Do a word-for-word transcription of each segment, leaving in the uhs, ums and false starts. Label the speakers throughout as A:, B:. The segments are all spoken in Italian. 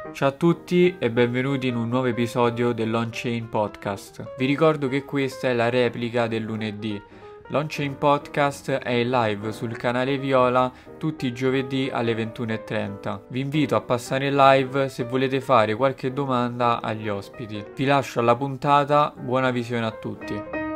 A: Ciao a tutti e benvenuti in un nuovo episodio dell'On-Chain Podcast. Vi ricordo che questa è la replica del lunedì. L'On-Chain Podcast è in live sul canale Viola tutti i giovedì alle ventuno e trenta. Vi invito a passare in live se volete fare qualche domanda agli ospiti. Vi lascio alla puntata, buona visione a tutti.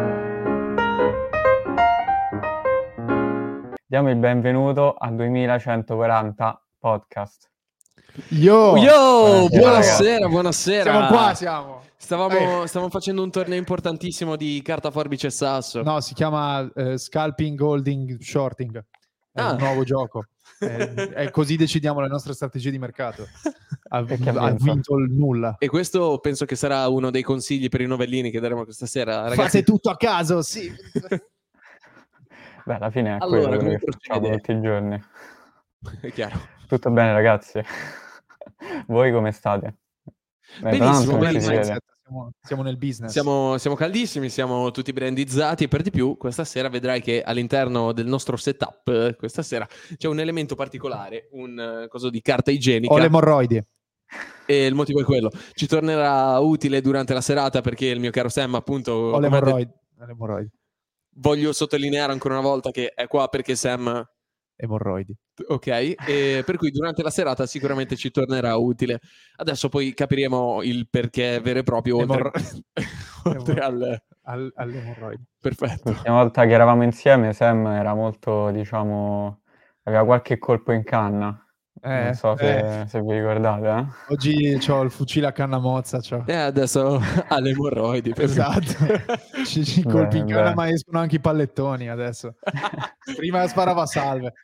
A: Diamo il benvenuto a duemilacentoquaranta Podcast.
B: Yo,
C: Yo,
A: Buonasera,
C: buonasera, buonasera.
B: Siamo qua, siamo.
C: Stavamo,
B: Eh.
C: stavamo facendo un torneo importantissimo di carta, forbice e sasso.
B: No, si chiama eh, Scalping, Holding, Shorting. È
C: Ah.
B: un nuovo gioco. E eh, così decidiamo le nostre strategie di mercato. Ha,
A: E che ha
B: ha
A: vinto?
B: vinto il nulla.
C: E questo penso che sarà uno dei consigli per i novellini che daremo questa sera, ragazzi.
B: Fate tutto a caso, sì.
A: Beh, alla fine è
C: Allora,
A: quello
C: come
A: che facciamo
C: procede?
A: tutti i giorni.
C: È chiaro.
A: Tutto bene, ragazzi? Voi come state? Beh,
C: Benissimo,
A: tra l'altro non ci si
C: benissimo.
A: vede.
B: Siamo, siamo nel business.
C: Siamo, siamo caldissimi, siamo tutti brandizzati e per di più questa sera vedrai che all'interno del nostro setup eh, questa sera c'è un elemento particolare, un eh, coso di carta igienica.
B: Ho le emorroidi.
C: E il motivo è quello. Ci tornerà utile durante la serata perché il mio caro Sam, appunto,
B: Ho le
C: come ha detto-
B: emorroidi. Ho le emorroidi.
C: voglio sottolineare ancora una volta che è qua perché Sam,
B: Emorroidi.
C: ok, e per cui durante la serata sicuramente ci tornerà utile. Adesso poi capiremo il perché vero e proprio oltre,
B: Emorro-
C: oltre al...
B: Al, alle emorroidi.
C: Perfetto.
A: L'ultima volta che eravamo insieme, Sam era molto, diciamo, aveva qualche colpo in canna.
B: Eh,
A: Non so se,
B: eh.
A: se vi ricordate, eh?
B: Oggi ho il fucile a canna mozza. C'ho.
C: E adesso alle emorroidi. per-
B: Esatto. Ci, ci
A: Beh,
B: colpi in canna,
A: beh.
B: ma escono anche i pallettoni adesso. Prima sparava salve.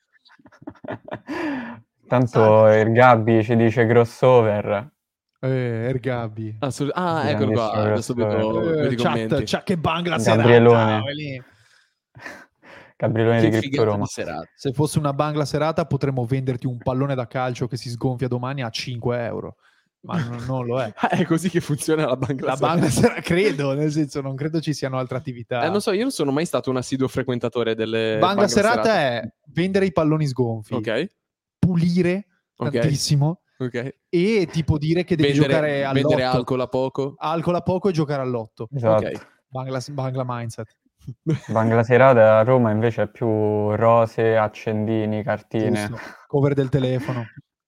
A: Tanto il Gabby ci dice crossover.
B: Eh, Ergabi.
C: Assolut- ah, eccolo
A: Grandissimo
C: qua. Adesso vedo,
A: crossover.
C: vedo
B: Eh,
C: i
B: chat,
C: commenti.
B: chat, che bangla
A: Gabrielone.
B: serata. vai lì.
A: Gabrielone
C: Che
A: di
C: figata
A: Criptoroma.
C: di serata.
B: Se fosse una bangla serata potremmo venderti un pallone da calcio che si sgonfia domani a cinque euro. Ma non, non lo è.
C: Ah, è così che funziona la bangla
B: La
C: serata.
B: bangla serata, credo, nel senso, non credo ci siano altre attività.
C: Eh, non so, io non sono mai stato un assiduo frequentatore delle
B: Bangla
C: bangla
B: serata
C: serate.
B: è vendere i palloni sgonfi,
C: Ok,
B: pulire
C: Ok.
B: tantissimo
C: ok.
B: e tipo dire che devi
C: Vendere,
B: giocare all'otto.
C: vendere alcol a poco.
B: Alcol a poco e giocare all'otto.
A: Esatto.
C: Ok.
B: Bangla, bangla mindset.
A: Bangla serata a Roma invece è più rose, accendini, cartine.
B: Giusto. Cover del telefono.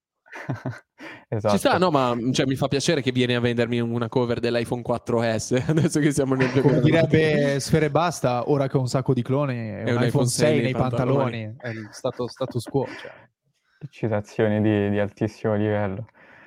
A: Esatto.
C: Ci sta, no, ma cioè, mi fa piacere che vieni a vendermi una cover dell'iPhone quattro S adesso che siamo nel
B: Come
C: duemilaventi.
B: direbbe Sfere Basta, ora che ho un sacco di cloni, è un, iPhone sei nei pantaloni. È il stato, status quo. Cioè.
A: Citazioni di, di altissimo livello.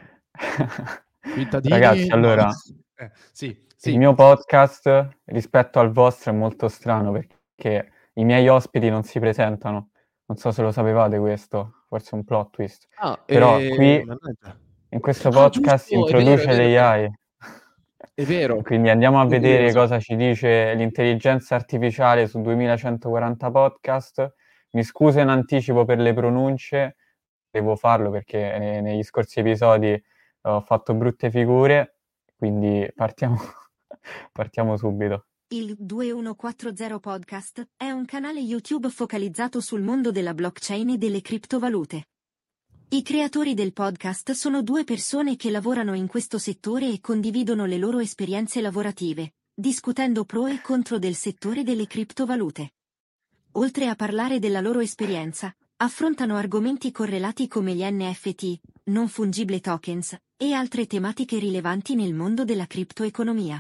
B: Cittadini,
A: Ragazzi, allora,
B: eh, sì, sì.
A: il mio podcast rispetto al vostro è molto strano perché i miei ospiti non si presentano. Non so se lo sapevate questo, forse è un plot twist.
C: Ah,
A: Però
C: eh,
A: qui
C: mannaggia.
A: in questo
C: Ah,
A: podcast
C: giusto, è
A: introduce
C: vero, è vero,
A: l'A I.
C: È vero.
A: Quindi andiamo a
C: È
A: vedere
C: vero.
A: cosa ci dice l'intelligenza artificiale su duemilacentoquaranta podcast. Mi scuso in anticipo per le pronunce, devo farlo perché ne- negli scorsi episodi ho fatto brutte figure, quindi partiamo, partiamo subito.
D: Il duemilaquaranta Podcast è un canale YouTube focalizzato sul mondo della blockchain e delle criptovalute. I creatori del podcast sono due persone che lavorano in questo settore e condividono le loro esperienze lavorative, discutendo pro e contro del settore delle criptovalute. Oltre a parlare della loro esperienza, affrontano argomenti correlati come gli N F T, non fungible tokens, e altre tematiche rilevanti nel mondo della criptoeconomia.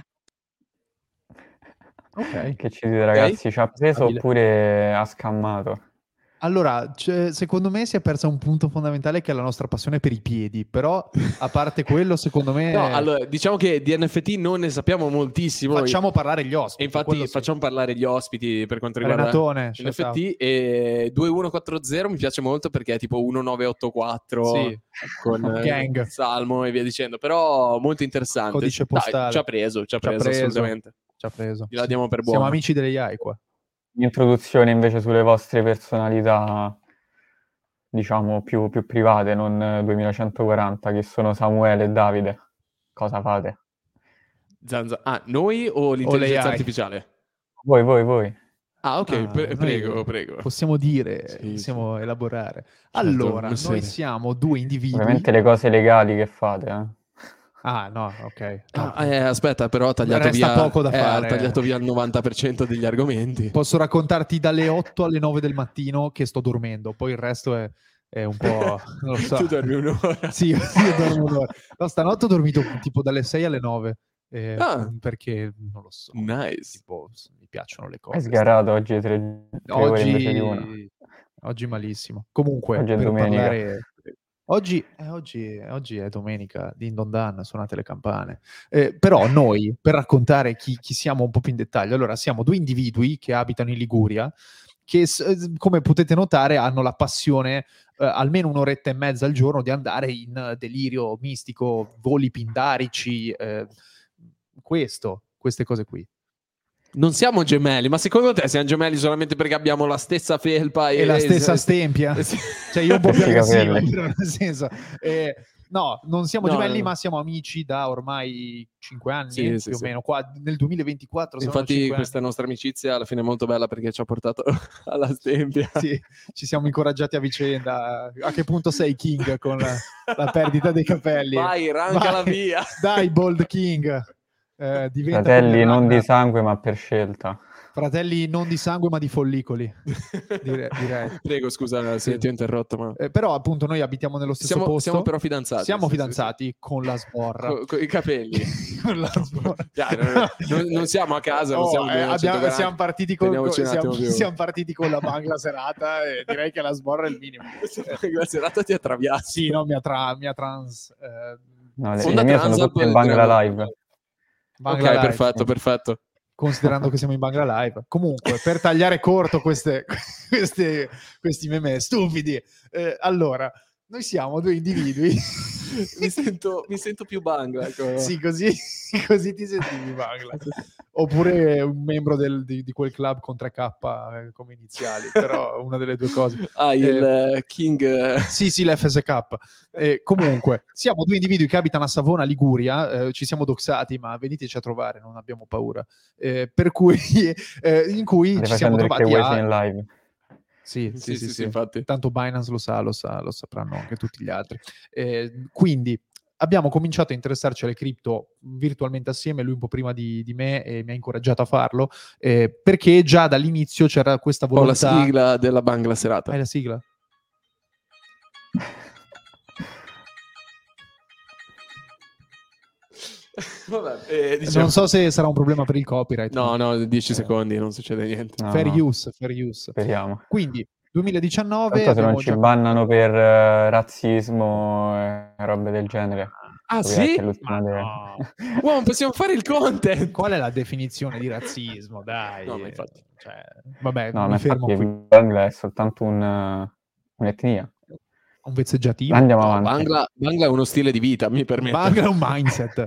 B: Ok.
A: Che ci dite, ragazzi? Ci ha preso
B: Stabile.
A: oppure ha scammato?
B: Allora, cioè, secondo me si è persa un punto fondamentale che è la nostra passione per i piedi, però a parte quello, secondo me
C: No, allora, diciamo che di N F T non ne sappiamo moltissimo.
B: facciamo parlare gli ospiti.
C: E infatti
B: quello sì.
C: facciamo parlare gli ospiti per quanto riguarda
B: Renatone,
C: N F
B: shout
C: T e duemilaquaranta mi piace molto perché è tipo millenovecentottantaquattro
B: Sì.
C: con eh,
B: Gang.
C: il Salmo e via dicendo, però molto interessante.
B: Codice
C: Dai,
B: postale.
C: ci ha preso, ci ha
B: Ci ha
C: preso,
B: preso.
C: assolutamente.
B: Ci ha preso.
C: Gliela diamo per
B: Siamo
C: buona.
B: amici delle A I qua.
A: Un'introduzione invece sulle vostre personalità, diciamo, più, più private, non duemilacentoquaranta, che sono Samuele e Davide. Cosa fate?
C: Zanza. Ah, noi o l'intelligenza
B: l'A I?
C: artificiale?
A: Voi, voi, voi.
C: Ah, ok,
B: Ah,
C: pre-
B: noi
C: prego, prego.
B: Possiamo dire,
C: Sì,
B: possiamo elaborare.
C: Certo,
B: Allora,
C: mestiere.
B: noi siamo due individui.
A: Ovviamente le cose legali che fate, eh?
B: Ah, no, ok. No.
C: Ah, eh, aspetta, però ha tagliato
B: Resta
C: via,
B: poco da
C: eh,
B: fare.
C: ha tagliato via il novanta per cento degli argomenti.
B: Posso raccontarti dalle otto alle nove del mattino che sto dormendo, poi il resto è, è un po'... non lo so.
C: Tu dormi un'ora.
B: Sì, io dormo un'ora. No, stanotte ho dormito tipo dalle sei alle nove, eh,
C: Ah.
B: perché non lo so.
C: Nice.
B: Tipo, mi piacciono le cose.
A: Hai sgarato oggi tre, tre ore invece di una.
B: Oggi, oggi malissimo. Comunque,
A: Oggi è
B: per
A: domenica.
B: parlare... Oggi, eh, oggi, oggi è domenica, din don dan, suonate le campane. Eh, però noi, per raccontare chi, chi siamo un po' più in dettaglio, allora siamo due individui che abitano in Liguria, che s- come potete notare hanno la passione eh, almeno un'oretta e mezza al giorno di andare in eh, delirio mistico, voli pindarici, eh, questo, queste cose qui.
C: Non siamo gemelli, ma secondo te siamo gemelli solamente perché abbiamo la stessa felpa e,
B: E la stessa
C: e-
B: stempia.
C: sì.
B: Cioè io un po' più
A: Stessi
B: aggressiva,
A: capelli.
B: però, nel senso, eh, no, non siamo
C: No,
B: gemelli,
C: no.
B: ma siamo amici da ormai cinque anni,
C: Sì,
B: più
C: sì,
B: o
C: sì.
B: meno. Qua nel duemilaventiquattro saranno
C: Infatti
B: cinque
C: questa nostra amicizia alla fine è molto bella perché ci ha portato alla stempia.
B: anni. Sì, ci siamo incoraggiati a vicenda. A che punto sei King con la, la perdita dei capelli?
C: Vai, rancala
B: Vai,
C: via.
B: Dai, Bold King. Eh, diventa
A: Fratelli
B: come
A: non di
B: Ragnar.
A: sangue ma per scelta.
B: Fratelli non di sangue ma di follicoli, dire- direi.
C: Prego, scusa se
B: Sì.
C: ti ho interrotto, ma
B: Eh, però appunto noi abitiamo nello stesso
C: siamo,
B: posto.
C: siamo però fidanzati.
B: Siamo
C: sì, sì,
B: fidanzati con la sborra.
C: sì. Co- con i capelli.
B: Con la sborra.
C: Dai, non, non- non siamo a casa, non
B: Oh,
C: siamo
B: eh, abbiamo-
C: duemilacentoquaranta.
B: siamo, partiti con,
C: Teniamoci un
B: siamo,
C: attimo più.
B: siamo partiti con la bangla serata e direi che la sborra è il minimo.
C: La serata ti ha traviato.
B: Sì, no, mia, tra, mia trans. Eh,
A: No, le,
C: Onda
A: le mie sono
C: Transap,
A: tutte in Bangla
C: diremo-
A: Live.
B: Bangla
C: ok,
B: Live,
C: perfetto, perfetto.
B: considerando che siamo in Bangla Live. Comunque, per tagliare corto queste, queste, questi meme stupidi, eh, allora, noi siamo due individui.
C: mi, sento, mi sento più bangla. Ecco.
B: Sì, così, così ti sentivi Bangla. Oppure un membro del- di, di quel club con tre K eh, come iniziali, però una delle due cose.
C: Ah, il
B: Eh,
C: eh, King... eh,
B: Sì, sì, l'F S K. Eh, comunque, siamo due individui che abitano a Savona, Liguria, eh, ci siamo doxati, ma veniteci a trovare, non abbiamo paura. Eh, per cui, eh, in cui
A: State
B: ci siamo
A: facendo il
B: trovati
A: K Y C
B: a...
A: in live.
B: Sì, sì,
C: Sì,
B: sì,
C: sì,
B: sì,
C: sì, infatti.
B: Tanto Binance lo sa, lo sa, lo sapranno anche tutti gli altri. Eh, quindi abbiamo cominciato a interessarci alle cripto virtualmente assieme, lui un po' prima di, di me e mi ha incoraggiato a farlo, eh, perché già dall'inizio c'era questa
C: Ho la
B: volontà...
C: sigla della Bangla serata.
B: Hai la sigla?
C: Vabbè, eh, diciamo-
B: Non so se sarà un problema per il copyright.
C: No,
B: ma-
C: no, dieci secondi, non succede niente.
A: No,
B: fair
A: no,
B: use, fair use.
A: speriamo.
B: Quindi, duemiladiciannove
A: Tanto se
B: abbiamo
A: non ci
B: già...
A: bannano per eh, razzismo e robe del genere.
C: Ah,
A: Capirai
C: sì?
A: che l'ultima
B: Ma
A: de-
B: no.
C: Wow, possiamo fare il content!
B: Qual è la definizione di razzismo? Dai.
C: No, ma infatti.
B: Cioè, vabbè,
A: No,
B: mi
A: ma
B: fermo
A: infatti
B: qui.
A: il Bangla è soltanto un, eh, un'etnia.
B: Un vezzeggiativo.
A: Andiamo
C: No,
A: avanti.
C: Bangla, Bangla è uno stile di vita, mi permetto.
B: Bangla è un mindset.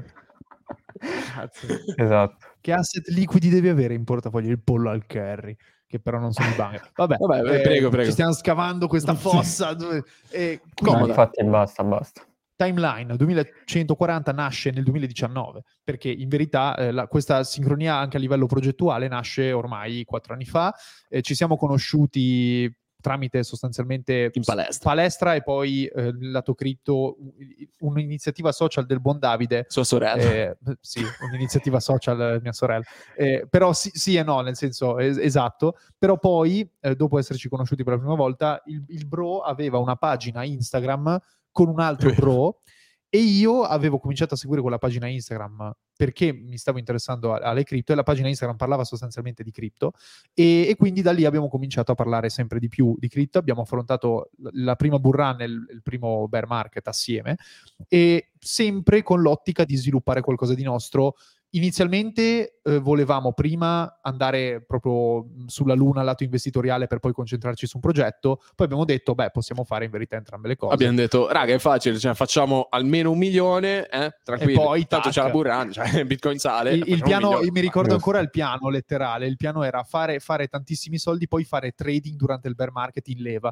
B: Cazzo.
A: Esatto.
B: Che asset liquidi devi avere in portafoglio? Il pollo al curry, che però non sono i Bangla. Vabbè,
C: Vabbè,
B: eh,
C: prego, prego.
B: ci stiamo scavando questa fossa. dove- e
A: No,
B: quindi,
C: Comoda.
A: infatti basta, basta.
B: Timeline duemilacentoquaranta nasce nel duemiladiciannove, perché in verità eh, la- questa sincronia anche a livello progettuale nasce ormai quattro anni fa. Eh, ci siamo conosciuti tramite sostanzialmente
C: In palestra.
B: palestra e poi eh, il lato cripto, un'iniziativa social del buon Davide.
C: Sua sorella.
B: Eh, sì, un'iniziativa social, eh, mia sorella. Eh, però sì, sì e no, nel senso es- esatto. Però poi, eh, dopo esserci conosciuti per la prima volta, il, il bro aveva una pagina Instagram con un altro bro e io avevo cominciato a seguire quella pagina Instagram perché mi stavo interessando a- alle cripto e la pagina Instagram parlava sostanzialmente di cripto e, e quindi da lì abbiamo cominciato a parlare sempre di più di cripto. Abbiamo affrontato l- la prima bull run e il, il primo bear market assieme e sempre con l'ottica di sviluppare qualcosa di nostro. Inizialmente eh, volevamo prima andare proprio mh, sulla luna lato investitoriale per poi concentrarci su un progetto, poi abbiamo detto beh possiamo fare in verità entrambe le cose.
C: Abbiamo detto, raga, è facile, cioè facciamo almeno un milione, eh, tranquillo.
B: E poi,
C: tanto
B: tac.
C: c'è la burrana, cioè Bitcoin sale.
B: il, il
C: facciamo un
B: piano,
C: milione.
B: mi ricordo
A: Giusto.
B: ancora il piano letterale, il piano era fare, fare tantissimi soldi, poi fare trading durante il bear market in leva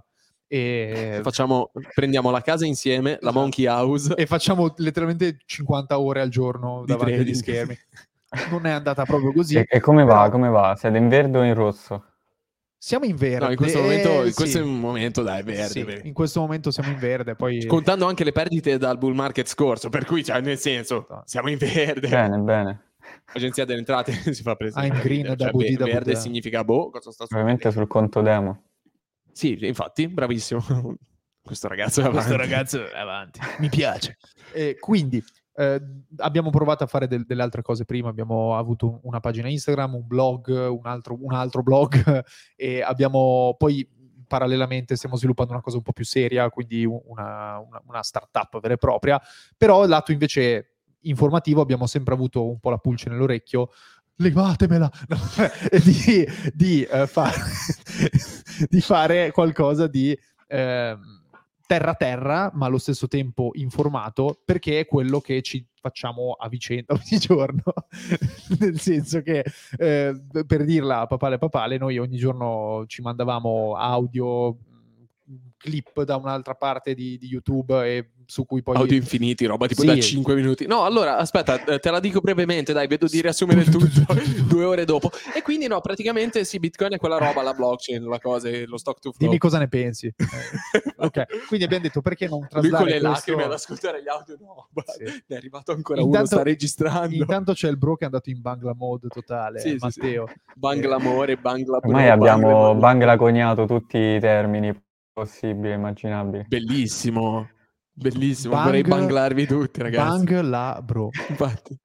B: e,
C: Facciamo, prendiamo la casa insieme, la
B: Esatto.
C: Monkey House.
B: e facciamo letteralmente cinquanta ore al giorno
C: Di
B: davanti agli
C: trading.
B: schermi. Non è andata proprio così.
A: E, e come va?
B: però-
A: Come va? Siete in verde o in rosso?
B: Siamo in verde.
C: No, in questo momento,
B: eh,
C: in questo
B: sì.
C: momento dai, verde.
B: Sì,
C: verde.
B: in questo momento siamo in verde, poi
C: Contando anche le perdite dal bull market scorso, per cui, cioè, nel senso, siamo in verde.
A: Bene, bene.
C: L'agenzia delle entrate si fa presente.
B: I'm green,
C: cioè,
B: double D,
C: ve-
B: double
C: verde
B: D.
C: significa boh, cosa sta succedendo?
A: Ovviamente sul conto demo.
C: Sì, infatti, bravissimo. Questo ragazzo è
B: Questo
C: avanti.
B: ragazzo è avanti, mi piace. Eh, quindi eh, abbiamo provato a fare del- delle altre cose prima, abbiamo avuto una pagina Instagram, un blog, un altro, un altro blog e abbiamo poi parallelamente stiamo sviluppando una cosa un po' più seria, quindi una, una, una startup vera e propria, però lato invece informativo abbiamo sempre avuto un po' la pulce nell'orecchio, levatemela, no, di, di, eh, fare, di fare qualcosa di eh, terra terra, ma allo stesso tempo informato, perché è quello che ci facciamo a vicenda ogni giorno. Nel senso che, eh, per dirla papale papale, noi ogni giorno ci mandavamo audio, clip da un'altra parte di, di YouTube e su cui poi...
C: Audio infiniti, roba tipo
B: Sì.
C: da cinque minuti. No, allora, aspetta, te la dico brevemente, dai, vedo di riassumere il tutto due ore dopo. E quindi no, praticamente sì, Bitcoin è quella roba, la blockchain, la cosa, lo stock to flow.
B: Dimmi cosa ne pensi. Eh, ok, quindi abbiamo detto perché non
C: Lui
B: traslare
C: con le
B: questo...
C: lacrime ad ascoltare gli audio, no,
B: Sì.
C: ne è arrivato ancora
B: Intanto-
C: uno, sta registrando.
B: Intanto c'è il bro che è andato in Bangla mode totale,
C: Sì, sì, sì.
B: Matteo.
C: Bangla
B: Eh,
C: amore, Bangla bro,
A: Ormai abbiamo
C: Bangla-
A: Bangla coniato tutti i termini possibili e immaginabili.
C: Bellissimo, bellissimo,
B: Bang-
C: vorrei banglarvi tutti, ragazzi.
B: Bang la bro.
C: Infatti.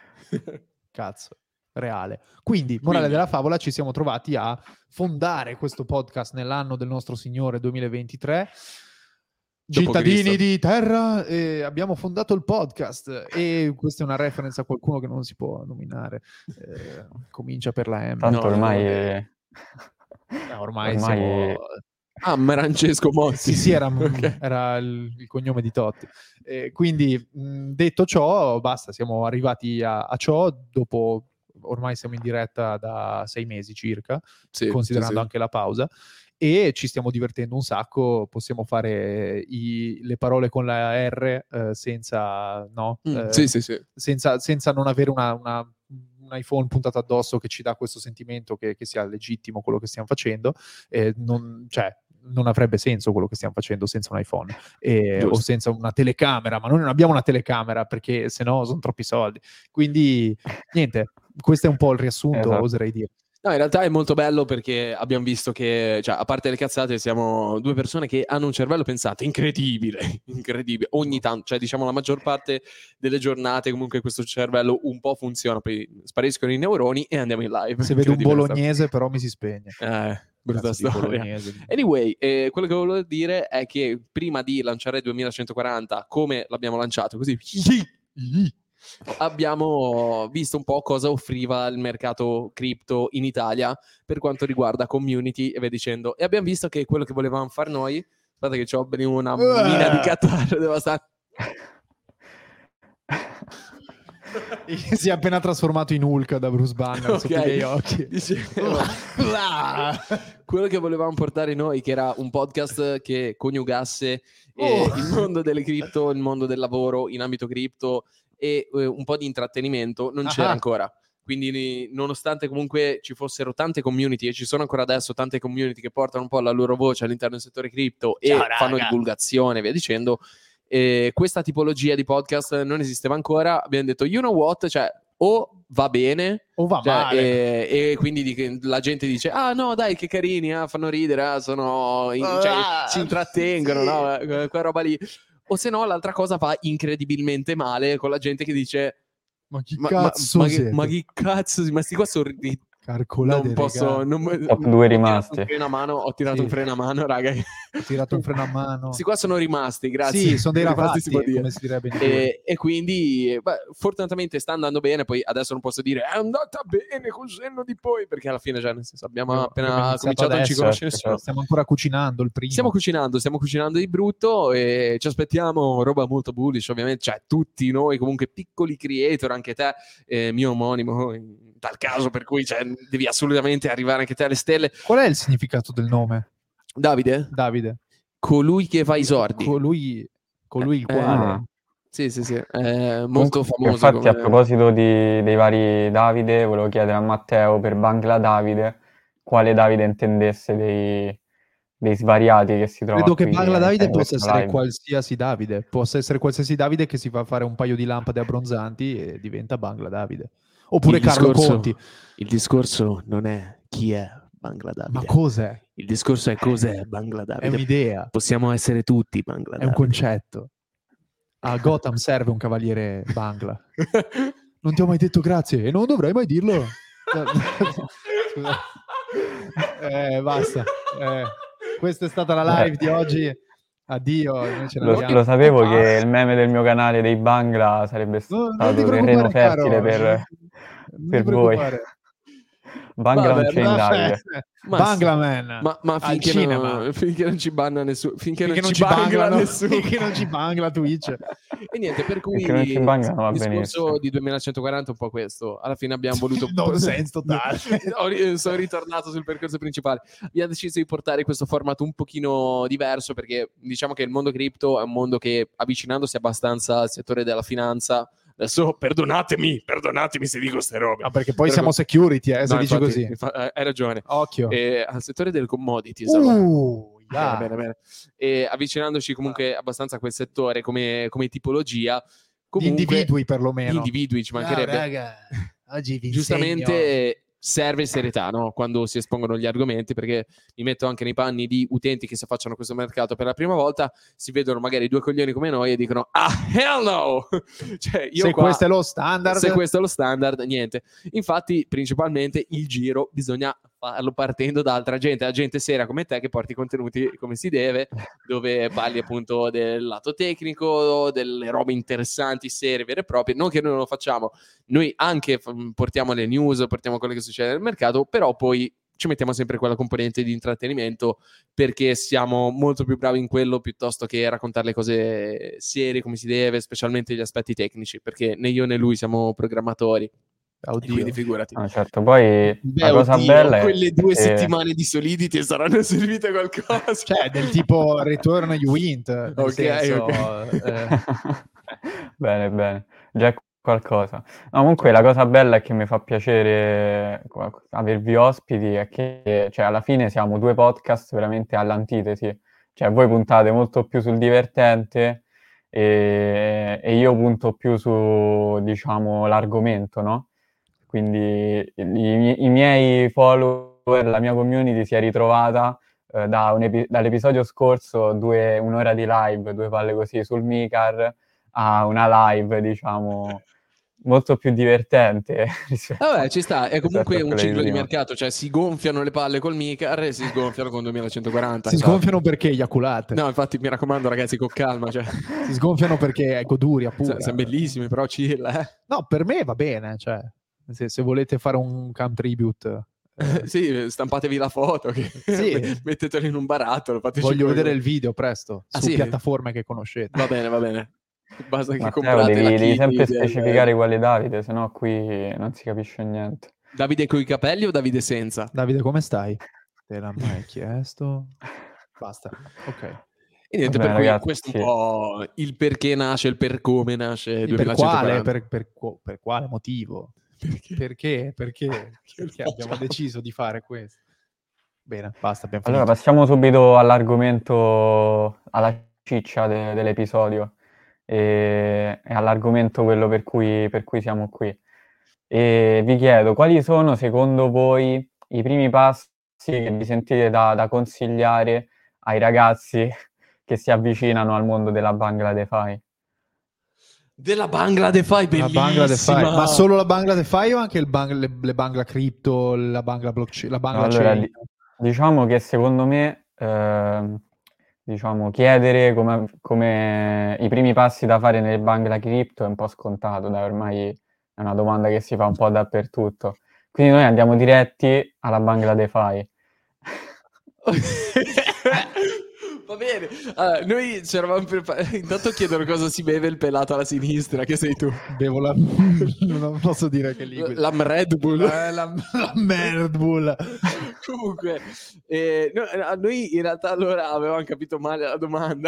B: Cazzo, reale. Quindi, morale
C: Quindi-
B: della favola, ci siamo trovati a fondare questo podcast nell'anno del nostro Signore duemilaventitré.
C: Dopo
B: Cittadini
C: Cristo.
B: di terra, e abbiamo fondato il podcast e questa è una reference a qualcuno che non si può nominare. Eh, comincia per la M.
A: Tanto
C: No,
A: ormai...
C: no.
A: eh,
B: Eh, ormai,
A: ormai-
B: siamo...
C: Ah, Francesco Motti.
B: Sì, sì, era,
C: Ok.
B: era il, il cognome di Totti. Eh, quindi, mh, detto ciò, basta, siamo arrivati a, a ciò dopo, ormai siamo in diretta da sei mesi circa,
C: Sì,
B: considerando
C: sì, sì.
B: anche la pausa, e ci stiamo divertendo un sacco, possiamo fare i- le parole con la R eh, senza, no?
C: Mm,
B: Eh,
C: sì, sì, sì.
B: senza, senza non avere una, una- un iPhone puntato addosso che ci dà questo sentimento che, che sia legittimo quello che stiamo facendo, eh, non, cioè, non avrebbe senso quello che stiamo facendo senza un iPhone eh, o
C: Giusto.
B: senza una telecamera, ma noi non abbiamo una telecamera perché sennò sono troppi soldi. Quindi niente, questo è un po' il riassunto,
A: Esatto.
B: oserei dire.
C: No, in realtà è molto bello perché abbiamo visto che, cioè, a parte le cazzate, siamo due persone che hanno un cervello, pensate, incredibile, incredibile. Ogni tanto, cioè, diciamo, la maggior parte delle giornate comunque questo cervello un po' funziona, poi spariscono i neuroni e andiamo in live.
B: Se vedo un
C: Incredibile
B: bolognese però mi si spegne.
C: sta- Eh, brutta
B: Cazzo di
C: storia.
B: bolognese.
C: Anyway, eh, quello che volevo dire è che prima di lanciare duemilacentoquaranta, come l'abbiamo lanciato, così abbiamo visto un po' cosa offriva il mercato cripto in Italia per quanto riguarda community e via dicendo. E abbiamo visto che quello che volevamo fare noi, aspetta che ho una mina di catarro devastante.
B: Si è appena trasformato in Hulk da Bruce Banner
C: Ok.
B: sotto i miei occhi.
C: Dicevo, quello che volevamo portare noi, che era un podcast che coniugasse eh,
B: Oh.
C: il mondo delle cripto, il mondo del lavoro in ambito cripto e eh, un po' di intrattenimento, non c'era
B: Ah.
C: ancora. Quindi, nonostante comunque ci fossero tante community, e ci sono ancora adesso tante community che portano un po' la loro voce all'interno del settore cripto e
B: Ciao, raga.
C: fanno divulgazione e via dicendo, eh, questa tipologia di podcast non esisteva ancora. Abbiamo detto, you know what, cioè, o va bene,
B: O va
C: cioè,
B: male.
C: e, e quindi di- la gente dice, ah no dai che carini, ah, fanno ridere, ah, sono in- cioè,
B: Ah,
C: si intrattengono,
B: sì.
C: no? Eh, quella roba lì. O se no l'altra cosa va incredibilmente male con la gente che dice
B: Ma chi
C: ma,
B: cazzo
C: ma, ma,
B: siete?
C: che, ma che cazzo, ma sti qua sono ri-
B: Carcolate,
C: non posso,
B: raga.
C: non,
A: Top due
C: ho tirato
A: rimasti.
C: un freno a mano, ho tirato
B: Sì.
C: un freno a mano, raga.
B: Ho tirato un freno a mano.
C: Sti qua sono rimasti, grazie.
B: Sì, sono dei
C: Rimasti,
B: ravati,
C: si può dire.
B: come si direbbe in inglese.
C: E, e quindi beh, fortunatamente sta andando bene. Poi adesso non posso dire è andata bene col senno di poi, perché alla fine, cioè, nel senso, abbiamo
B: Abbiamo
C: appena
B: iniziato
C: cominciato, non ci
B: adesso,
C: conosce
A: certo,
C: nessuno.
B: Stiamo ancora cucinando il primo.
C: Stiamo cucinando, stiamo cucinando di brutto e ci aspettiamo roba molto bullish, ovviamente, cioè tutti noi comunque piccoli creator, anche te, eh, mio omonimo in tal caso, per cui cioè, devi assolutamente arrivare anche te alle stelle.
B: Qual è il significato del nome?
C: Davide,
B: Davide.
C: colui che fa i sordi.
B: Colui, colui il
C: Eh,
B: quale.
A: Ah.
C: Sì, sì, sì, è molto
A: Comunque,
C: famoso.
A: Infatti,
C: come-
A: a proposito di- dei vari Davide, volevo chiedere a Matteo per Bangla Davide quale Davide intendesse dei, dei svariati che si trova
B: Credo che
A: qui
B: Bangla
A: in-
B: Davide
A: in
B: possa
A: questa
B: essere
A: live.
B: qualsiasi Davide, possa essere qualsiasi Davide che si fa fare un paio di lampade abbronzanti e diventa Bangla Davide. Oppure
C: Il
B: Carlo
C: discorso-
B: Conti.
C: Il discorso non è chi è Bangla
B: Ma
C: Davide.
B: cos'è?
C: Il discorso è cos'è Bangla
B: È
C: Davide.
B: un'idea,
C: Possiamo essere tutti Bangla
B: è un
C: Davide.
B: concetto. A Gotham serve un cavaliere Bangla. Non ti ho mai detto grazie e non dovrei mai dirlo. Scusa. Eh, basta. Eh, questa è stata la live di oggi. Addio. Noi ce
A: Lo,
B: l'abbiamo.
A: lo sapevo
B: Ah,
A: che il meme del mio canale dei Bangla sarebbe
B: no, non
A: stato
B: ti
A: terreno
B: preoccupare,
A: fertile
B: caro.
A: per,
B: Non
A: per
B: ti
A: voi.
B: preoccupare.
A: Bangla
C: Vabbè,
A: on Chain
B: Ma-
A: Davide.
C: Ma
B: Banglaman
C: Ma, ma
B: al
C: finché,
B: cinema.
C: non, finché non ci banna nessuno, finché,
B: Finché
C: non ci bangla
B: banglano,
C: nessuno,
B: finché non ci bangla Twitch.
C: E niente, per cui
A: Finché non ci banglano va
C: il discorso
A: benissimo.
C: di duemilacentquaranta è un po' questo. Alla fine abbiamo voluto
B: Nonsense totale.
C: Ho ri- sono ritornato sul percorso principale. Abbiamo deciso di portare questo formato un pochino diverso perché diciamo che il mondo cripto è un mondo che, avvicinandosi abbastanza al settore della finanza, adesso perdonatemi, perdonatemi se dico ste robe.
B: No, perché poi
C: Però-
B: siamo security, eh, se
C: No,
B: dici
C: infatti-
B: così.
C: infa- eh, hai ragione.
B: Occhio.
C: E al settore del commodities, allora.
B: Uh,
C: Bene,
B: là.
C: bene, bene. E avvicinandoci comunque abbastanza a quel settore come, come tipologia,
B: Di
C: comunque,
B: individui perlomeno.
C: di individui, ci mancherebbe.
B: No, raga, oggi vi
C: Giustamente
B: insegno.
C: serve serietà, no? Quando si espongono gli argomenti, perché mi metto anche nei panni di utenti che si affacciano a questo mercato per la prima volta, si vedono magari due coglioni come noi e dicono ah hell no. Cioè, io
B: se
C: qua,
B: questo è lo standard,
C: se questo è lo standard, niente. Infatti, principalmente il giro bisogna farlo partendo da altra gente, la gente seria come te che porti i contenuti come si deve, dove parli appunto del lato tecnico, delle robe interessanti, serie, vere e proprie. Non che noi non lo facciamo, noi anche f- portiamo le news, portiamo quello che succede nel mercato, però poi ci mettiamo sempre quella componente di intrattenimento perché siamo molto più bravi in quello piuttosto che raccontare le cose serie come si deve, specialmente gli aspetti tecnici, perché né io né lui siamo programmatori.
B: Oddio.
C: Quindi figurati.
A: Ah, certo, poi
C: Beh,
A: la cosa
C: oddio,
A: bella è
C: quelle due
A: che-
C: settimane di Solidity saranno servite a qualcosa.
B: Cioè, del tipo Return You Wint, nel
C: Ok,
B: senso,
C: ok.
B: eh,
A: Bene, bene, già è qualcosa. No, comunque la cosa bella è che mi fa piacere qua- avervi ospiti, è che cioè, alla fine siamo due podcast veramente all'antitesi. Cioè voi puntate molto più sul divertente e, e io punto più su, diciamo, l'argomento, no? Quindi i, i- i miei follower, la mia community si è ritrovata eh, da un epi- dall'episodio scorso, due- un'ora di live, due palle così sul Micar, a una live, diciamo, molto più divertente. rispetto-
C: Vabbè, ci sta, è comunque
A: rispetto a
C: un
A: quella
C: ciclo di
A: prima.
C: mercato, cioè si gonfiano le palle col Micar e si sgonfiano con duemilacentoquaranta.
B: si sgonfiano perché eiaculate,
C: No, infatti mi raccomando ragazzi, con calma, cioè.
B: si sgonfiano perché è goduria pura.
C: Sono bellissimi, però chill, eh.
B: No, per me va bene, cioè, se, se volete fare un cam tribute, eh,
C: Sì, stampatevi la foto, che
B: Sì.
C: mettetelo in un barattolo. fateci
B: voglio
C: come-
B: vedere il video presto,
C: Ah,
B: su
C: sì?
B: piattaforme che conoscete.
C: Va bene, va bene. Basta che
A: Matteo,
C: comprate
A: devi,
C: la
A: devi
C: key
A: sempre
C: del-
A: specificare quale Davide, sennò qui non si capisce niente.
C: Davide coi capelli o Davide senza?
B: Davide, come stai? Te l'ha mai chiesto? Basta, ok.
C: E niente,
A: Va
C: per
A: bene,
C: cui
A: ragazzi,
C: questo è
A: sì.
C: un po' il perché nasce, il per come nasce
B: Per
C: duemilacentoquaranta.
B: quale, per, per qu- per quale motivo?
C: Perché?
B: Perché? Perché? Perché abbiamo deciso di fare questo? Bene, basta, abbiamo finito.
A: Allora, passiamo subito all'argomento, alla ciccia de- dell'episodio e, e all'argomento quello per cui, per cui siamo qui. E vi chiedo, quali sono secondo voi i primi passi che vi sentite da, da consigliare ai ragazzi che si avvicinano al mondo della Bangla DeFi?
C: Della Bangla DeFi,
B: La
C: bellissima.
B: Bangla DeFi, ma solo la Bangla DeFi o anche il bang- le, le Bangla Crypto, la Bangla Blockchain, la Bangla
A: Allora,
B: Chain?
A: di- diciamo che secondo me, ehm, diciamo, chiedere come, come i primi passi da fare nelle Bangla Crypto è un po' scontato, dai, ormai è una domanda che si fa un po' dappertutto. Quindi noi andiamo diretti alla Bangla DeFi.
C: Va bene, allora, noi ci eravamo preparati. Intanto chiedono cosa si beve il pelato alla sinistra, che sei tu.
B: Bevo la... non posso dire che liquido.
C: La Red Bull.
B: Eh, la, la Red Bull.
C: Comunque, eh, no, a noi in realtà allora avevamo capito male la domanda.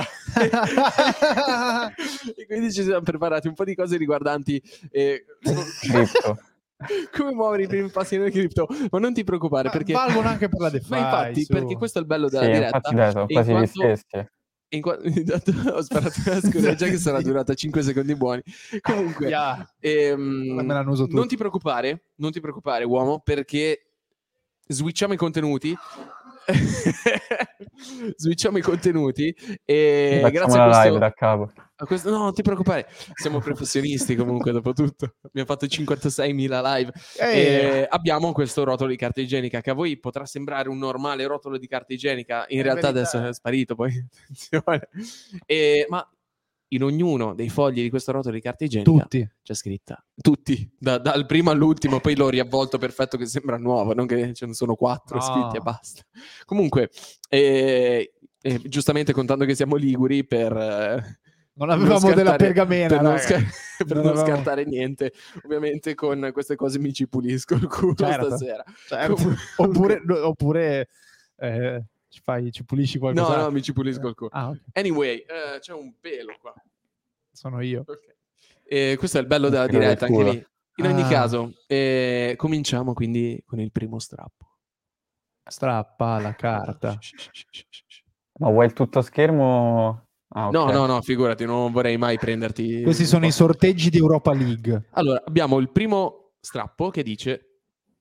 C: E quindi ci siamo preparati un po' di cose riguardanti eh,
A: Cripto.
C: come muovere i primi passi nelle cripto, ma non ti preoccupare,
B: Ma
C: perché
B: valgono anche per la DeFi,
C: ma infatti,
B: su.
C: perché questo è il bello della
E: Sì,
C: diretta.
E: infatti dai, sono
C: E in
E: quasi gli
C: quanto-
E: stessi.
C: in qua- ho sparato una scusa, che sarà durata cinque secondi buoni. Comunque,
B: Yeah.
C: ehm,
B: Me l'hanno usato
C: non
B: tutti.
C: ti preoccupare, non ti preoccupare, uomo, perché switchiamo i contenuti. Switchiamo i contenuti e
E: Facciamo
C: grazie a
E: la
C: questo,
E: live da capo.
C: a questo- no, non ti preoccupare, siamo professionisti comunque, dopo tutto. Abbiamo fatto cinquantaseimila live.
B: Eh,
C: E abbiamo questo rotolo di carta igienica che a voi potrà sembrare un normale rotolo di carta igienica, in
B: In
C: realtà
B: verità-
C: adesso è sparito poi. Attenzione. E, ma in ognuno dei fogli di questo rotolo di carta igienica
B: tutti.
C: c'è scritta tutti, da- dal primo all'ultimo, poi l'ho riavvolto perfetto che sembra nuovo, non che ce ne sono quattro
B: No.
C: scritti e basta. Comunque, eh, eh, giustamente contando che siamo liguri, per eh,
B: Non avevamo
C: non
B: della
C: scartare-
B: pergamena,
C: per non,
B: raga.
C: scar- per
B: Non
C: non
B: avevamo-
C: scartare niente, ovviamente con queste cose mi ci pulisco il culo
B: Certo.
C: stasera.
B: Certo.
C: Comunque-
B: oppure oppure eh, ci, fai, ci pulisci
C: No,
B: qualcosa.
C: no, mi ci pulisco il culo.
B: Ah, ok.
C: Anyway, eh, c'è un pelo qua.
B: Sono io.
C: Ok. E questo è il bello
E: Il
C: della
E: pelo del
C: diretta, anche
E: culo.
C: lì. In ogni
B: Ah.
C: caso, eh, cominciamo quindi con il primo strappo.
B: Strappa la carta.
E: Ma vuoi il tutto schermo? Ah, ok.
C: No, no, no, figurati, non vorrei mai prenderti.
B: Questi sono i sorteggi di Europa League.
C: Allora, abbiamo il primo strappo che dice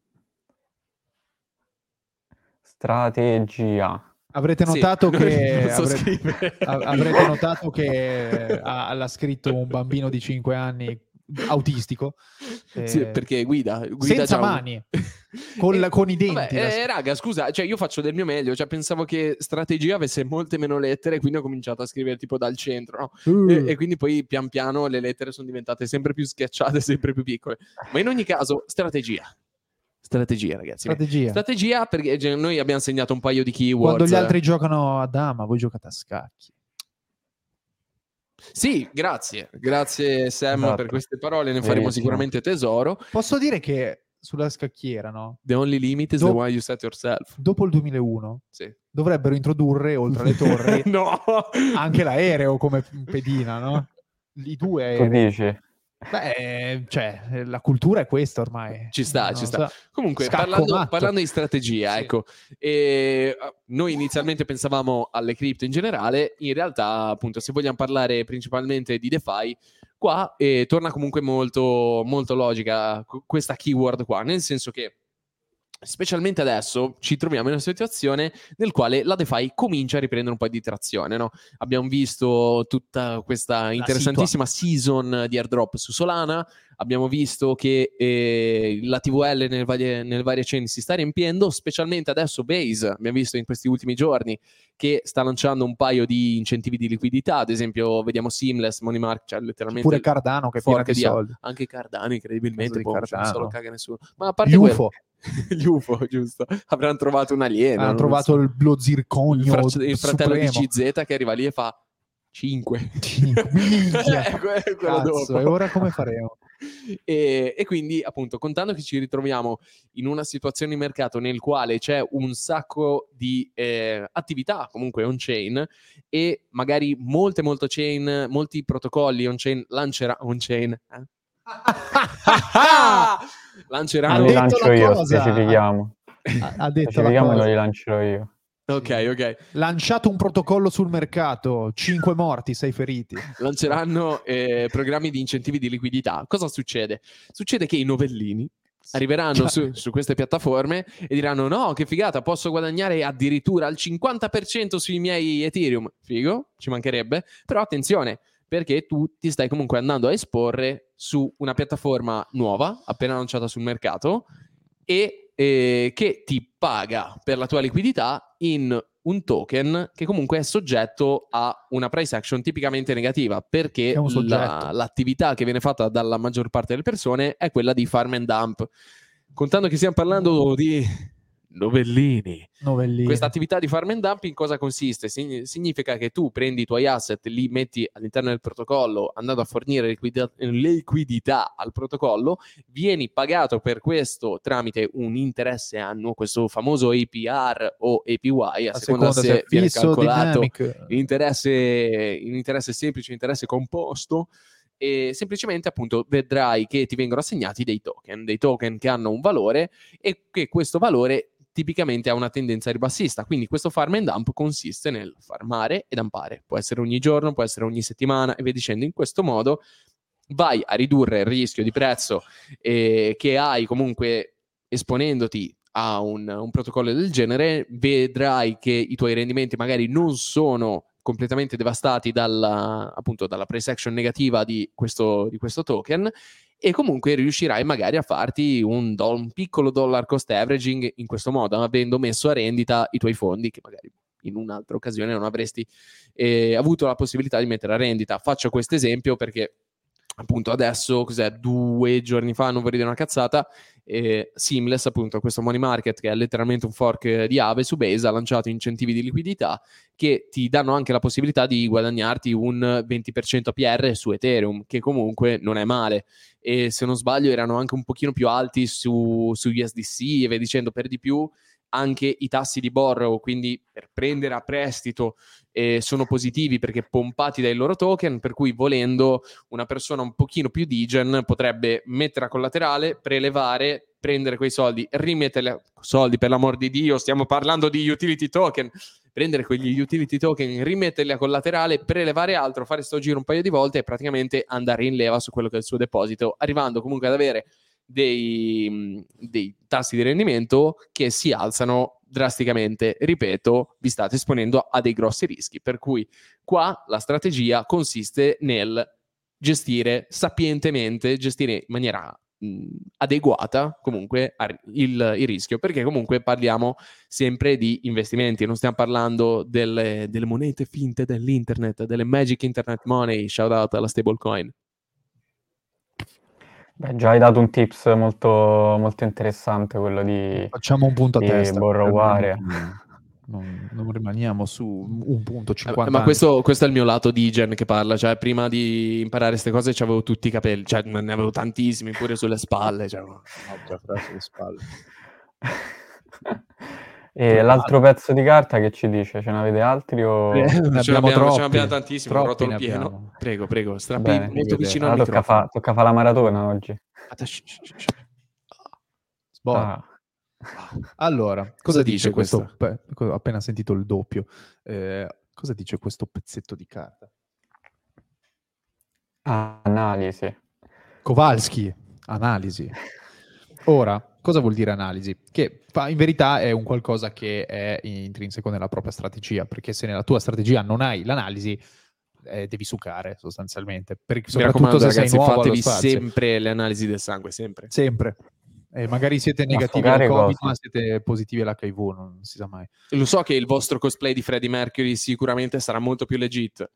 E: Strategia.
B: Avrete
C: Sì,
B: notato
C: non-
B: che
C: non so
B: avre-
C: scrivere.
B: a- avrete notato che ha- l'ha scritto un bambino di cinque anni autistico. Eh,
C: Sì, perché guida, guida
B: senza
C: già un-
B: mani, con, la-
C: Eh,
B: con i denti.
C: vabbè,
B: la-
C: eh, raga, scusa, cioè io faccio del mio meglio, cioè pensavo che strategia avesse molte meno lettere, quindi ho cominciato a scrivere tipo dal centro, no?
B: Uh,
C: E, e quindi poi pian piano le lettere sono diventate sempre più schiacciate, sempre più piccole. Ma in ogni caso, strategia. Strategia, ragazzi.
B: strategia.
C: Strategia perché cioè, noi abbiamo segnato un paio di keyword.
B: Quando gli altri giocano a dama, voi giocate a scacchi.
C: Sì, grazie. Grazie Sam
E: Esatto.
C: per queste parole, ne faremo
E: Verissimo.
C: sicuramente tesoro.
B: Posso dire che sulla scacchiera, no?
C: The only limit is
B: Do-
C: the one you set yourself.
B: Dopo il duemilauno
C: Sì.
B: dovrebbero introdurre, oltre alle torri,
C: No!
B: anche l'aereo come pedina, no? I due
E: Tu
B: aerei.
E: dici?
B: Beh, cioè, la cultura è questa ormai.
C: Ci sta,
B: Non
C: ci
B: lo
C: sta.
B: so.
C: Comunque,
B: Scacco
C: parlando,
B: matto.
C: parlando di strategia,
B: Sì.
C: ecco, eh, noi inizialmente pensavamo alle cripto in generale, in realtà, appunto, se vogliamo parlare principalmente di DeFi, qua eh, torna comunque molto, molto logica qu- questa keyword qua, nel senso che specialmente adesso ci troviamo in una situazione nel quale la DeFi comincia a riprendere un po' di trazione, no? Abbiamo visto tutta questa interessantissima season di airdrop su Solana, abbiamo visto che eh, la T V L nelle varie, nelle varie chain si sta riempiendo, specialmente adesso Base, abbiamo visto in questi ultimi giorni che sta lanciando un paio di incentivi di liquidità, ad esempio vediamo Seamless, Money Market, cioè letteralmente
B: Pure Cardano che è piena
C: fork
B: di
C: di-
B: soldi.
C: anche Cardano incredibilmente,
B: Cosa di
C: boh, cioè, non se lo
B: Cardano?
C: caga nessuno. Ma a parte
B: Gli
C: quello-
B: U F O
C: gli U F O, giusto? Avranno trovato un alieno.
B: hanno
C: non
B: trovato
C: so.
B: il, lo
C: il,
B: zirconio
C: frac- il fratello
B: supremo.
C: di G Z che arriva lì e fa cinque.
B: Cinque. Minchia.
C: Eh, que- è quello
B: Cazzo,
C: dopo.
B: e ora come faremo?
C: E, e quindi, appunto, contando che ci ritroviamo in una situazione di mercato nel quale c'è un sacco di eh, attività comunque on-chain e magari molte, molte chain, molti protocolli on-chain lancerà on-chain. Eh? lanceranno.
E: Non
B: Ha
E: li
B: detto
E: lancio
B: la
E: io,
B: cosa.
E: specifichiamo.
B: Ha, ha detto la
E: Specifichiamo e non
B: cosa.
E: li lancerò io.
C: Ok, ok.
B: Lanciato un protocollo sul mercato, cinque morti, sei feriti.
C: Lanceranno eh, programmi di incentivi di liquidità. Cosa succede? Succede che i novellini arriveranno su, su queste piattaforme e diranno no, che figata, posso guadagnare addirittura il cinquanta per cento sui miei Ethereum. Figo, ci mancherebbe. Però attenzione, perché tu ti stai comunque andando a esporre su una piattaforma nuova, appena lanciata sul mercato, e eh, che ti paga per la tua liquidità in un token che comunque è soggetto a una price action tipicamente negativa, perché
B: È un soggetto.
C: la- l'attività che viene fatta dalla maggior parte delle persone è quella di farm and dump. Contando che stiamo parlando di novellini,
B: Novellini.
C: questa attività di farm and dump in cosa consiste? Sign- significa che tu prendi i tuoi asset, li metti all'interno del protocollo andando a fornire liquida- liquidità al protocollo, vieni pagato per questo tramite un interesse annuo, questo famoso A P R o A P Y, a,
B: A
C: seconda se,
B: se
C: viene
B: fisso,
C: calcolato
B: dynamic.
C: in interesse, in interesse semplice, in interesse composto. e semplicemente appunto vedrai che ti vengono assegnati dei token, dei token che hanno un valore e che questo valore tipicamente ha una tendenza ribassista. Quindi questo farm and dump consiste nel farmare e dumpare. Può essere ogni giorno, può essere ogni settimana e via dicendo. In questo modo vai a ridurre il rischio di prezzo eh, che hai comunque esponendoti a un, un protocollo del genere. Vedrai che i tuoi rendimenti magari non sono completamente devastati dalla, appunto, dalla price action negativa di questo, di questo token, e comunque riuscirai magari a farti un, do- un piccolo dollar cost averaging in questo modo, avendo messo a rendita i tuoi fondi che magari in un'altra occasione non avresti eh, avuto la possibilità di mettere a rendita. Faccio questo esempio perché appunto adesso, cos'è, due giorni fa, non vorrei dire una cazzata, eh, Seamless, appunto questo money market che è letteralmente un fork di Aave su Base, ha lanciato incentivi di liquidità che ti danno anche la possibilità di guadagnarti un venti per cento A P R su Ethereum, che comunque non è male, e se non sbaglio erano anche un pochino più alti su, su U S D C e via dicendo. Per di più anche i tassi di borrow, quindi per prendere a prestito, eh, sono positivi perché pompati dai loro token, per cui volendo una persona un pochino più degen potrebbe mettere a collaterale, prelevare, prendere quei soldi, rimettere soldi, per l'amor di Dio, stiamo parlando di utility token, prendere quegli utility token, rimetterli a collaterale, prelevare altro, fare sto giro un paio di volte e praticamente andare in leva su quello che è il suo deposito, arrivando comunque ad avere Dei, dei tassi di rendimento che si alzano drasticamente. Ripeto, vi state esponendo a dei grossi rischi, per cui qua la strategia consiste nel gestire sapientemente, gestire in maniera mh, adeguata comunque il, il rischio, perché comunque parliamo sempre di investimenti, non stiamo parlando delle, delle monete finte dell'internet, delle magic internet money, shout out alla stablecoin.
E: Beh, già hai dato un tips molto, molto interessante, quello di,
B: Facciamo un punto a
E: di
B: testa.
E: borroware.
B: Non, non rimaniamo su un punto cinquanta
C: eh, ma
B: anni.
C: questo, questo è il mio lato digen che parla, cioè prima di imparare queste cose avevo tutti i capelli, cioè ne avevo tantissimi pure sulle spalle, cioè, no,
B: già fra sulle spalle.
E: E l'altro pezzo di carta che ci dice? Ce n'avete altri o...
B: Eh, ne
C: ce
B: abbiamo
C: n'abbiamo,
B: troppi,
C: ce n'abbiamo tantissimi,
B: troppi
C: rotolo
B: ne
C: pieno.
B: abbiamo.
C: Prego, prego, strappi
E: Bene.
C: molto vicino al
E: Allora tocca
C: microfono.
E: fa, tocca fa la maratona oggi.
B: Boh.
E: Ah.
B: Allora, cosa,
C: Cosa
B: dice,
C: dice
B: questo? pe- Ho appena sentito il doppio. Eh, cosa dice questo pezzetto di carta?
E: Analisi.
B: Kowalski, analisi. Ora, cosa vuol dire analisi? Che fa- in verità è un qualcosa che è intrinseco nella propria strategia, perché se nella tua strategia non hai l'analisi, eh, devi succare sostanzialmente. Perché,
C: Mi
B: soprattutto
C: raccomando,
B: se
C: ragazzi,
B: sei nuovo allo
C: fatevi
B: spazio.
C: sempre le analisi del sangue, sempre.
B: Sempre. E magari siete
E: Ma
B: negativi al
E: succare
B: Covid,
E: cosa?
B: ma siete positivi all'H I V, non si sa mai.
C: Lo so che il vostro cosplay di Freddie Mercury sicuramente sarà molto più legit,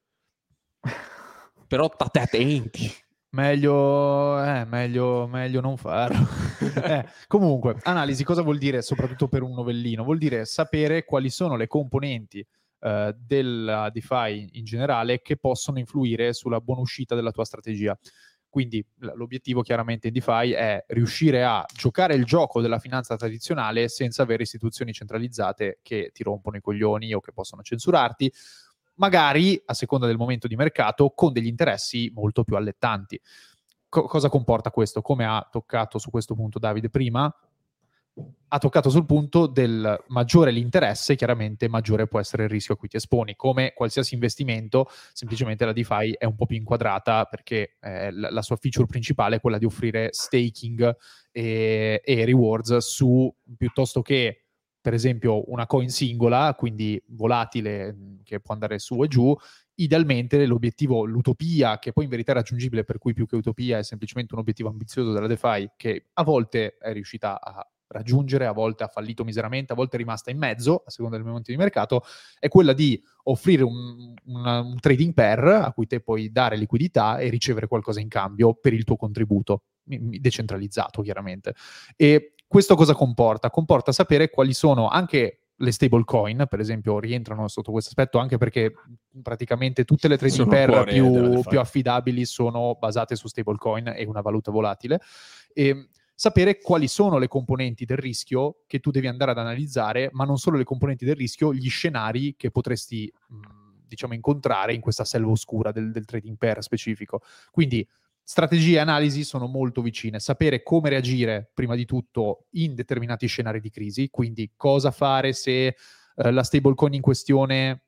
C: però state attenti.
B: Meglio, eh, meglio, meglio non farlo. eh, comunque, analisi cosa vuol dire, soprattutto per un novellino? Vuol dire sapere quali sono le componenti eh, della DeFi in generale che possono influire sulla buona uscita della tua strategia. Quindi l- l'obiettivo chiaramente in DeFi è riuscire a giocare il gioco della finanza tradizionale senza avere istituzioni centralizzate che ti rompono i coglioni o che possono censurarti, magari a seconda del momento di mercato, con degli interessi molto più allettanti. Co- cosa comporta questo? Come ha toccato su questo punto Davide prima, ha toccato sul punto del maggiore l'interesse, chiaramente maggiore può essere il rischio a cui ti esponi. Come qualsiasi investimento, semplicemente la DeFi è un po' più inquadrata perché eh, la, la sua feature principale è quella di offrire staking e, e rewards su, piuttosto che per esempio una coin singola, quindi volatile, che può andare su e giù. Idealmente l'obiettivo, l'utopia, che poi in verità è raggiungibile, per cui più che utopia è semplicemente un obiettivo ambizioso della DeFi, che a volte è riuscita a raggiungere, a volte ha fallito miseramente, a volte è rimasta in mezzo, a seconda del momento di mercato, è quella di offrire un, una, un trading pair a cui te puoi dare liquidità e ricevere qualcosa in cambio per il tuo contributo, decentralizzato chiaramente. E questo cosa comporta? Comporta sapere quali sono anche le stablecoin, per esempio, rientrano sotto questo aspetto, anche perché praticamente tutte le trading
C: Sono
B: pair
C: cuore della
B: più,
C: DeFi.
B: più affidabili sono basate su stablecoin e una valuta volatile. E sapere quali sono le componenti del rischio che tu devi andare ad analizzare, ma non solo le componenti del rischio, gli scenari che potresti mh, diciamo, incontrare in questa selva oscura del, del trading pair specifico. Quindi strategie e analisi sono molto vicine. Sapere come reagire, prima di tutto, in determinati scenari di crisi, quindi cosa fare se eh, la stablecoin in questione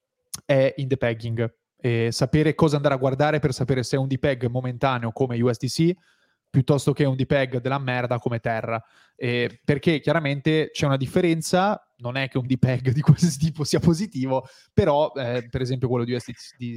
B: è in depegging, e sapere cosa andare a guardare per sapere se è un depeg momentaneo come U S D C piuttosto che un depeg della merda come Terra, eh, perché chiaramente c'è una differenza. Non è che un depeg di qualsiasi tipo sia positivo, però eh, per esempio quello di U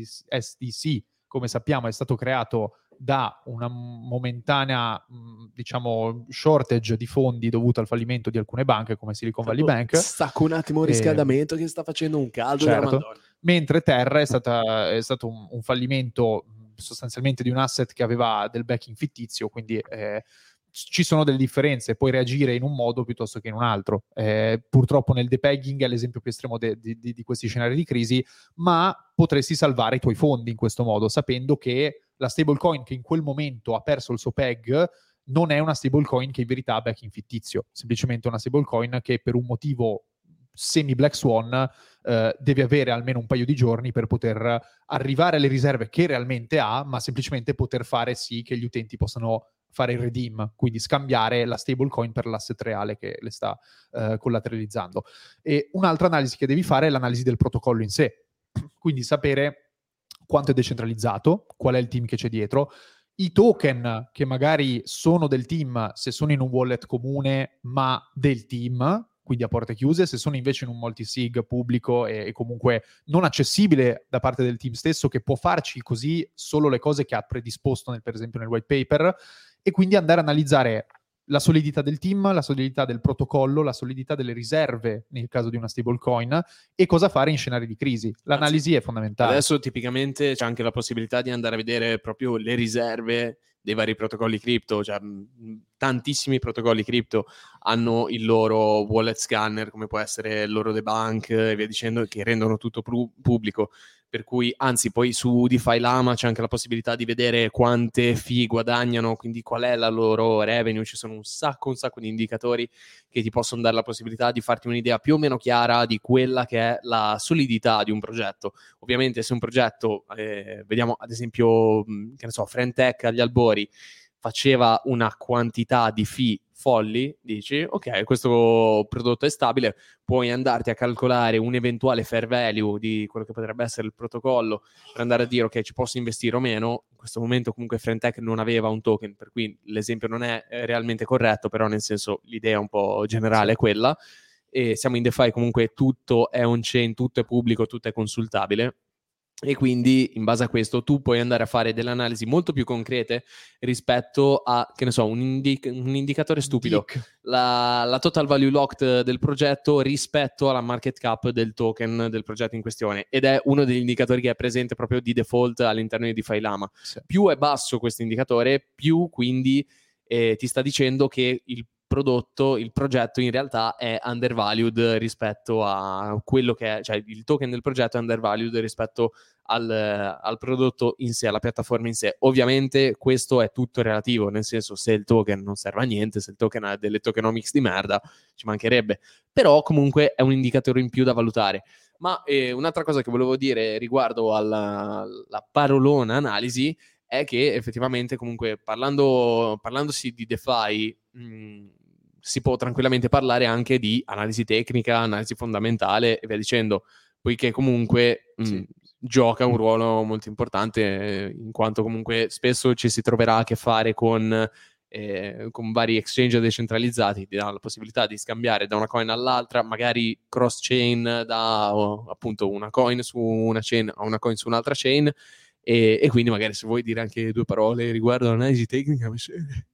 B: S D C, come sappiamo, è stato creato da una momentanea mh, diciamo shortage di fondi dovuto al fallimento di alcune banche come Silicon Valley Bank.
C: Stacco un attimo il riscaldamento e... che sta facendo un caldo
B: certo.
C: della Madonna.
B: Mentre Terra è, stata, è stato un, un fallimento sostanzialmente di un asset che aveva del backing fittizio, quindi eh, ci sono delle differenze, puoi reagire in un modo piuttosto che in un altro. Eh, purtroppo nel depegging è l'esempio più estremo de, de, de, di questi scenari di crisi, ma potresti salvare i tuoi fondi in questo modo, sapendo che la stablecoin che in quel momento ha perso il suo peg non è una stablecoin che in verità ha backing fittizio, semplicemente una stablecoin che per un motivo semi Black Swan eh, deve avere almeno un paio di giorni per poter arrivare alle riserve che realmente ha, ma semplicemente poter fare sì che gli utenti possano fare il redeem, quindi scambiare la stablecoin per l'asset reale che le sta eh, collateralizzando. E un'altra analisi che devi fare è l'analisi del protocollo in sé, quindi sapere quanto è decentralizzato, qual è il team che c'è dietro, i token che magari sono del team se sono in un wallet comune ma del team, quindi a porte chiuse, se sono invece in un multisig pubblico e, e comunque non accessibile da parte del team stesso, che può farci così solo le cose che ha predisposto nel, per esempio nel white paper, e quindi andare a analizzare la solidità del team, la solidità del protocollo, la solidità delle riserve nel caso di una stablecoin e cosa fare in scenari di crisi. L'analisi Anzi, è fondamentale.
C: Adesso tipicamente c'è anche la possibilità di andare a vedere proprio le riserve dei vari protocolli cripto, cioè mh, tantissimi protocolli cripto hanno il loro wallet scanner, come può essere il loro debunk e via dicendo, che rendono tutto pru- pubblico. Per cui, anzi, poi su DeFi Lama c'è anche la possibilità di vedere quante fee guadagnano, quindi qual è la loro revenue. Ci sono un sacco, un sacco di indicatori che ti possono dare la possibilità di farti un'idea più o meno chiara di quella che è la solidità di un progetto. Ovviamente se un progetto, eh, vediamo ad esempio, che ne so, Frentech agli albori, faceva una quantità di fee folli, dici, ok, questo prodotto è stabile, puoi andarti a calcolare un eventuale fair value di quello che potrebbe essere il protocollo per andare a dire, ok, ci posso investire o meno. In questo momento comunque Frentech non aveva un token, per cui l'esempio non è realmente corretto, però nel senso l'idea un po' generale è quella, e siamo in DeFi, comunque tutto è on-chain, tutto è pubblico, tutto è consultabile. E quindi in base a questo tu puoi andare a fare delle analisi molto più concrete rispetto a, che ne so, un, indic- un indicatore stupido, la, la total value locked del progetto rispetto alla market cap del token del progetto in questione, ed è uno degli indicatori che è presente proprio di default all'interno di DeFi Lama. Sì. Più è basso questo indicatore, più quindi eh, ti sta dicendo che il prodotto, il progetto in realtà è undervalued rispetto a quello che è, cioè il token del progetto è undervalued rispetto al, al prodotto in sé, alla piattaforma in sé. Ovviamente questo è tutto relativo, nel senso, se il token non serve a niente, se il token ha delle tokenomics di merda, ci mancherebbe, però comunque è un indicatore in più da valutare. Ma eh, un'altra cosa che volevo dire riguardo alla, alla parolona analisi è che effettivamente comunque parlando, parlandosi di DeFi mh, si può tranquillamente parlare anche di analisi tecnica, analisi fondamentale e via dicendo, poiché comunque mh, sì. gioca un ruolo molto importante, eh, in quanto comunque spesso ci si troverà a che fare con, eh, con vari exchange decentralizzati, ti danno la possibilità di scambiare da una coin all'altra, magari cross chain da oh, appunto una coin su una chain a una coin su un'altra chain. E, e quindi magari se vuoi dire anche due parole riguardo l'analisi tecnica, mi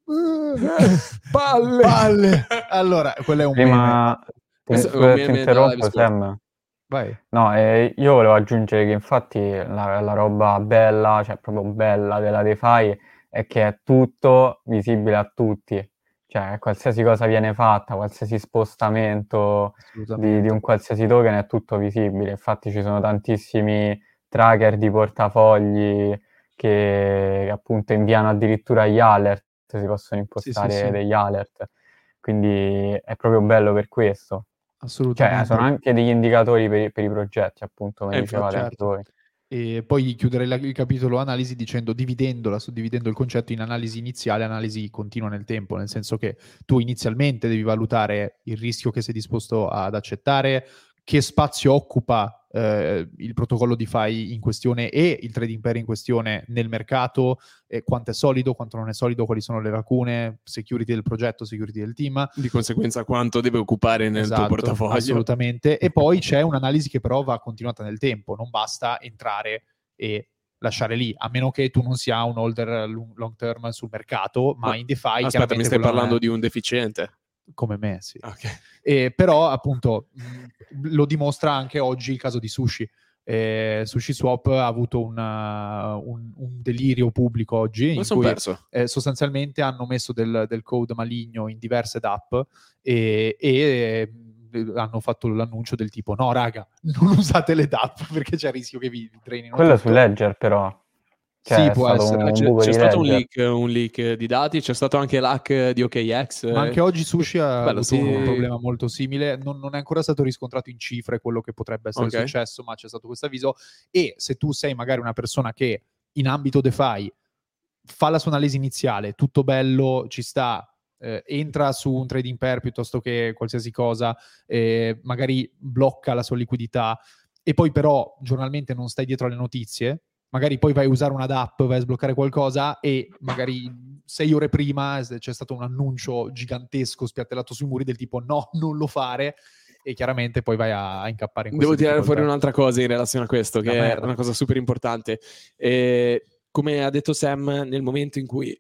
B: palle palle allora quello è un
E: prima
B: meme.
E: ti, scusa, ti interrompo Sam.
B: Vai.
E: No, eh, io volevo aggiungere che infatti la, la roba bella, cioè proprio bella della DeFi è che è tutto visibile a tutti, cioè qualsiasi cosa viene fatta, qualsiasi spostamento di, di un qualsiasi token è tutto visibile. Infatti ci sono tantissimi tracker di portafogli che, che appunto inviano addirittura gli alert, si possono impostare sì, sì, sì. degli alert, quindi è proprio bello per questo.
B: Assolutamente.
E: Cioè sono anche degli indicatori per, per i progetti, appunto, come
B: eh,
E: dicevate
B: certo.
E: voi.
B: E poi chiuderei la- il capitolo analisi dicendo, dividendola, suddividendo il concetto in analisi iniziale e analisi continua nel tempo, nel senso che tu inizialmente devi valutare il rischio che sei disposto ad accettare, che spazio occupa eh, il protocollo DeFi in questione e il trading pair in questione nel mercato, eh, quanto è solido, quanto non è solido, quali sono le lacune, security del progetto, security del team.
C: Di conseguenza quanto deve occupare nel
B: Esatto,
C: tuo portafoglio.
B: assolutamente. E poi c'è un'analisi che però va continuata nel tempo, non basta entrare e lasciare lì, a meno che tu non sia un holder long term sul mercato, ma,
C: Ma
B: in DeFi
C: Aspetta, mi
B: chiaramente
C: stai
B: quello non
C: parlando
B: è-
C: di un deficiente?
B: come me, sì.
C: Ok.
B: E però appunto mh, lo dimostra anche oggi il caso di Sushi. Eh, SushiSwap ha avuto una- un, un delirio pubblico oggi
C: Me
B: in
C: lo son
B: cui
C: perso.
B: eh, sostanzialmente hanno messo del, del code maligno in diverse app e, e eh, hanno fatto l'annuncio del tipo no raga, non usate le D A P perché c'è il rischio che vi, vi drainino
E: Quello
B: tutto.
E: su Ledger però. Cioè,
B: Sì,
E: è
B: può
E: stato
B: essere.
E: un
C: C'è,
E: buco
C: c'è
E: di
C: stato un
E: Ledger.
C: leak, un leak di dati, c'è stato anche l'hack di O K X.
B: Ma anche oggi Sushi ha
C: Bello,
B: avuto
C: sì.
B: un problema molto simile, non, non è ancora stato riscontrato in cifre quello che potrebbe essere
C: Ok.
B: successo, ma c'è stato questo avviso. E se tu sei magari una persona che in ambito DeFi fa la sua analisi iniziale, tutto bello, ci sta, eh, entra su un trading pair piuttosto che qualsiasi cosa, eh, magari blocca la sua liquidità e poi però giornalmente non stai dietro alle notizie, magari poi vai a usare una D A P, vai a sbloccare qualcosa e magari sei ore prima c'è stato un annuncio gigantesco spiattellato sui muri del tipo no, non lo fare, e chiaramente poi vai a, a incappare in
C: Devo
B: queste
C: tirare fuori
B: difficoltà.
C: un'altra cosa in relazione a questo,
B: La
C: che è
B: merda.
C: una cosa super importante. Eh, come ha detto Sam, nel momento in cui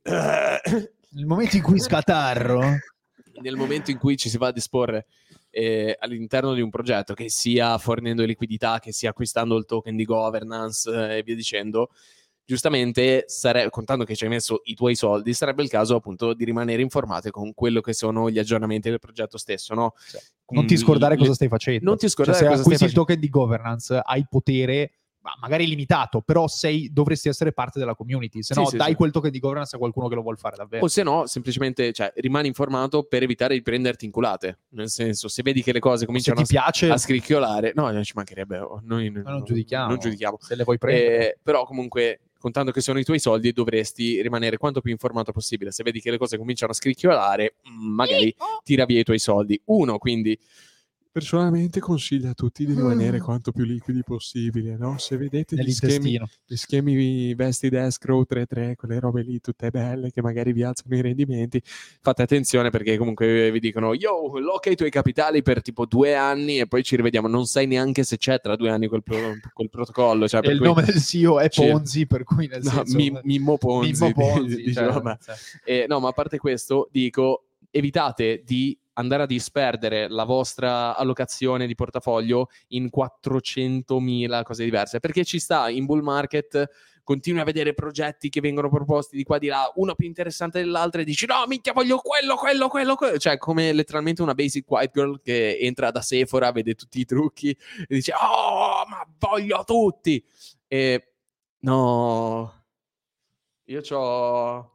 B: Nel momento in cui scatarro,
C: nel momento in cui ci si va a disporre eh, all'interno di un progetto, che sia fornendo liquidità, che sia acquistando il token di governance eh, e via dicendo, giustamente, sare- contando che ci hai messo i tuoi soldi, sarebbe il caso appunto di rimanere informato con quello che sono gli aggiornamenti del progetto stesso, no?
B: Cioè, non ti scordare
C: Le-
B: cosa stai facendo.
C: Non ti scordare
B: cioè, se
C: cosa stai
B: acquisti il
C: facendo.
B: token di governance, hai potere, ma magari limitato, però sei, dovresti essere parte della community. Se
C: Sì,
B: no,
C: sì,
B: dai
C: sì.
B: quel token di governance a qualcuno che lo vuol fare davvero.
C: O se no, semplicemente cioè, rimani informato per evitare di prenderti inculate. Nel senso, se vedi che le cose
B: Se
C: cominciano
B: ti
C: a,
B: piace,
C: a scricchiolare, no, non ci mancherebbe. oh, Noi n-
B: noi non giudichiamo.
C: non giudichiamo.
B: Se le vuoi prendere.
C: Eh, però, comunque, contando che sono i tuoi soldi, dovresti rimanere quanto più informato possibile. Se vedi che le cose cominciano a scricchiolare, mm, magari tira via i tuoi soldi. Uno, quindi. Personalmente consiglio a tutti di rimanere quanto più liquidi possibile, no? Se vedete gli schemi,
B: Nell'intestino.
C: gli schemi vested escrow tre tre, quelle robe lì tutte belle che magari vi alzano i rendimenti, fate attenzione perché comunque vi dicono yo, loca i tuoi capitali per tipo due anni e poi ci rivediamo, non sai neanche se c'è tra due anni quel, pro- quel protocollo, cioè,
B: E
C: per
B: il
C: cui...
B: nome del C E O è
C: Sì.
B: Ponzi, per cui nel
C: No,
B: senso...
C: Mi- Mimmo Ponzi,
B: Mimmo Ponzi,
C: dice,
B: cioè,
C: vabbè.
B: cioè.
C: Eh, no, ma a parte questo, dico, evitate di andare a disperdere la vostra allocazione di portafoglio in quattrocentomila cose diverse, perché ci sta in bull market, continui a vedere progetti che vengono proposti di qua di là, uno più interessante dell'altro e dici no, minchia, voglio quello, quello, quello, quello. Cioè come letteralmente una basic white girl che entra da Sephora, vede tutti i trucchi e dice oh, ma voglio tutti. E no, io c'ho...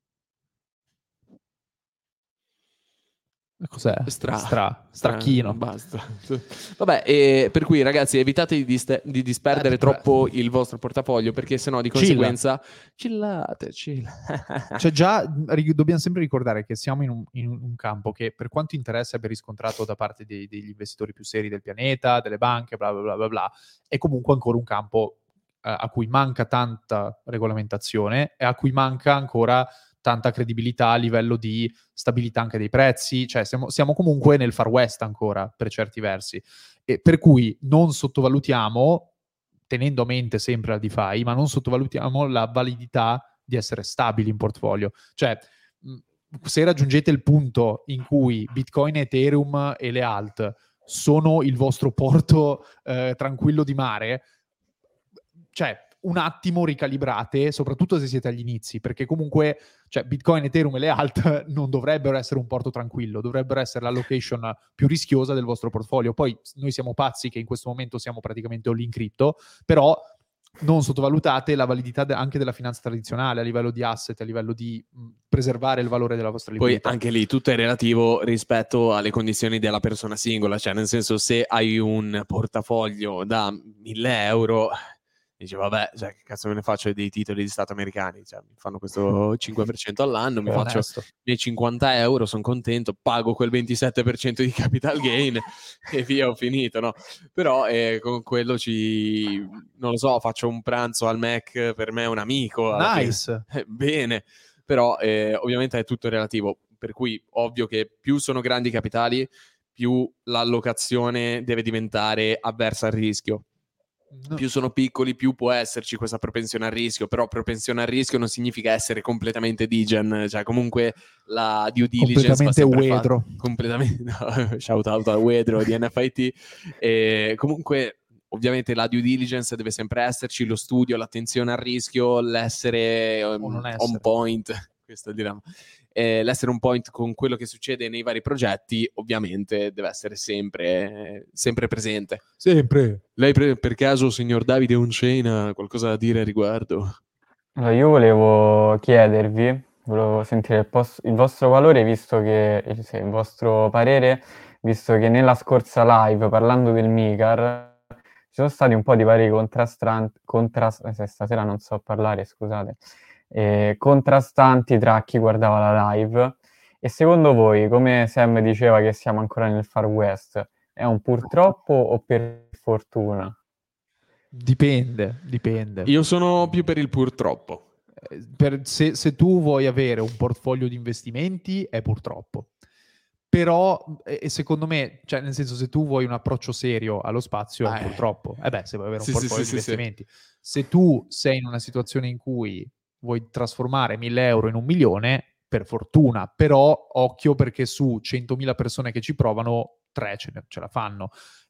B: Cos'è?
C: Stra,
B: Stra, stracchino.
C: Basta. Vabbè, e per cui ragazzi evitate di, diste- di disperdere
B: Eh,
C: troppo il vostro portafoglio perché sennò di conseguenza chillate, chill.
B: Cioè già ri- dobbiamo sempre ricordare che siamo in un, in un campo che per quanto interesse abbia riscontrato da parte dei- degli investitori più seri del pianeta, delle banche, bla bla bla bla bla, è comunque ancora un campo eh, a cui manca tanta regolamentazione e a cui manca ancora tanta credibilità a livello di stabilità anche dei prezzi, cioè siamo, siamo comunque nel Far West ancora per certi versi, e per cui non sottovalutiamo, tenendo a mente sempre la DeFi, ma non sottovalutiamo la validità di essere stabili in portfolio. Cioè, mh, se raggiungete il punto in cui Bitcoin, Ethereum e le alt sono il vostro porto eh, tranquillo di mare, cioè un attimo ricalibrate, soprattutto se siete agli inizi, perché comunque cioè, Bitcoin, Ethereum e le alt non dovrebbero essere un porto tranquillo, dovrebbero essere la location più rischiosa del vostro portfolio. Poi noi siamo pazzi che in questo momento siamo praticamente all in cripto, però non sottovalutate la validità de- anche della finanza tradizionale a livello di asset, a livello di mh, preservare il valore della vostra
C: Poi
B: liquidità.
C: anche lì tutto è relativo rispetto alle condizioni della persona singola, cioè nel senso se hai un portafoglio da mille euro Dice, vabbè, cioè, che cazzo me ne faccio dei titoli di Stato americani? Cioè, mi fanno questo cinque per cento all'anno, mi faccio
B: Onesto.
C: i miei cinquanta euro, sono contento, pago quel ventisette per cento di capital gain e via, ho finito, no? Però eh, con quello ci, non lo so, faccio un pranzo al Mac, per me è un amico. alla
B: Nice.
C: fine. Eh, bene, però eh, ovviamente è tutto relativo, per cui ovvio che più sono grandi i capitali, più l'allocazione deve diventare avversa al rischio.
B: No.
C: Più sono piccoli, più può esserci questa propensione al rischio, però propensione al rischio non significa essere completamente degen, cioè comunque la due diligence va
B: Completamente
C: sempre
B: Uedro.
C: fatta- completamente no, shout out a Uedro di N F I T. E comunque ovviamente la due diligence deve sempre esserci, lo studio, l'attenzione al rischio, l'essere um,
B: O non
C: on
B: essere.
C: point, questo è il dilemma. Eh, l'essere on point con quello che succede nei vari progetti ovviamente deve essere sempre, sempre presente.
B: Sempre.
C: Lei per, per caso, signor Davide On-Chain, ha qualcosa da dire a riguardo?
E: Allora, io volevo chiedervi, volevo sentire il, pos- il vostro valore, visto che, il, sì, il vostro parere, visto che nella scorsa live, parlando del Micar, ci sono stati un po' di pareri contrastanti, contrast- eh, stasera non so parlare, scusate, eh, contrastanti tra chi guardava la live, e secondo voi, come Sam diceva che siamo ancora nel Far West, è un purtroppo o per fortuna?
B: Dipende, dipende.
C: Io sono più per il purtroppo.
B: Eh, per- se, se tu vuoi avere un portfolio di investimenti, è purtroppo. Però, e e secondo me, cioè nel senso, se tu vuoi un approccio serio allo spazio, è un
C: Eh.
B: purtroppo. Eh beh, se vuoi avere un
C: Sì, sì,
B: portfolio
C: sì,
B: di
C: sì, sì.
B: investimenti. Se tu sei in una situazione in cui vuoi trasformare mille euro in un milione, per fortuna. Però, occhio, perché su centomila persone che ci provano, tre ce, ne- ce la fanno.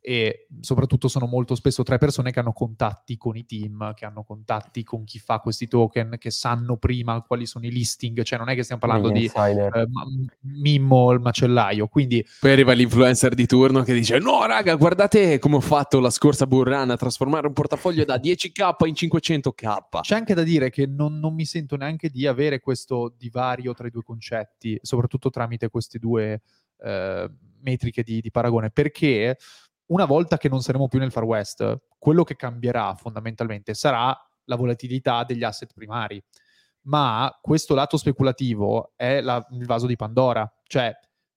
B: E soprattutto sono molto spesso tre persone che hanno contatti con i team, che hanno contatti con chi fa questi token, che sanno prima quali sono i listing, cioè non è che stiamo parlando
E: Degli
B: di
E: insider.
B: eh, ma- Mimmo il macellaio, quindi
C: Poi arriva l'influencer di turno che dice no raga, guardate come ho fatto la scorsa bull run a trasformare un portafoglio da dieci k in cinquecento k.
B: c'è anche da dire che non, non mi sento neanche di avere questo divario tra i due concetti, soprattutto tramite queste due eh, metriche di, di paragone, perché una volta che non saremo più nel Far West, quello che cambierà fondamentalmente sarà la volatilità degli asset primari. Ma questo lato speculativo è la- il vaso di Pandora, cioè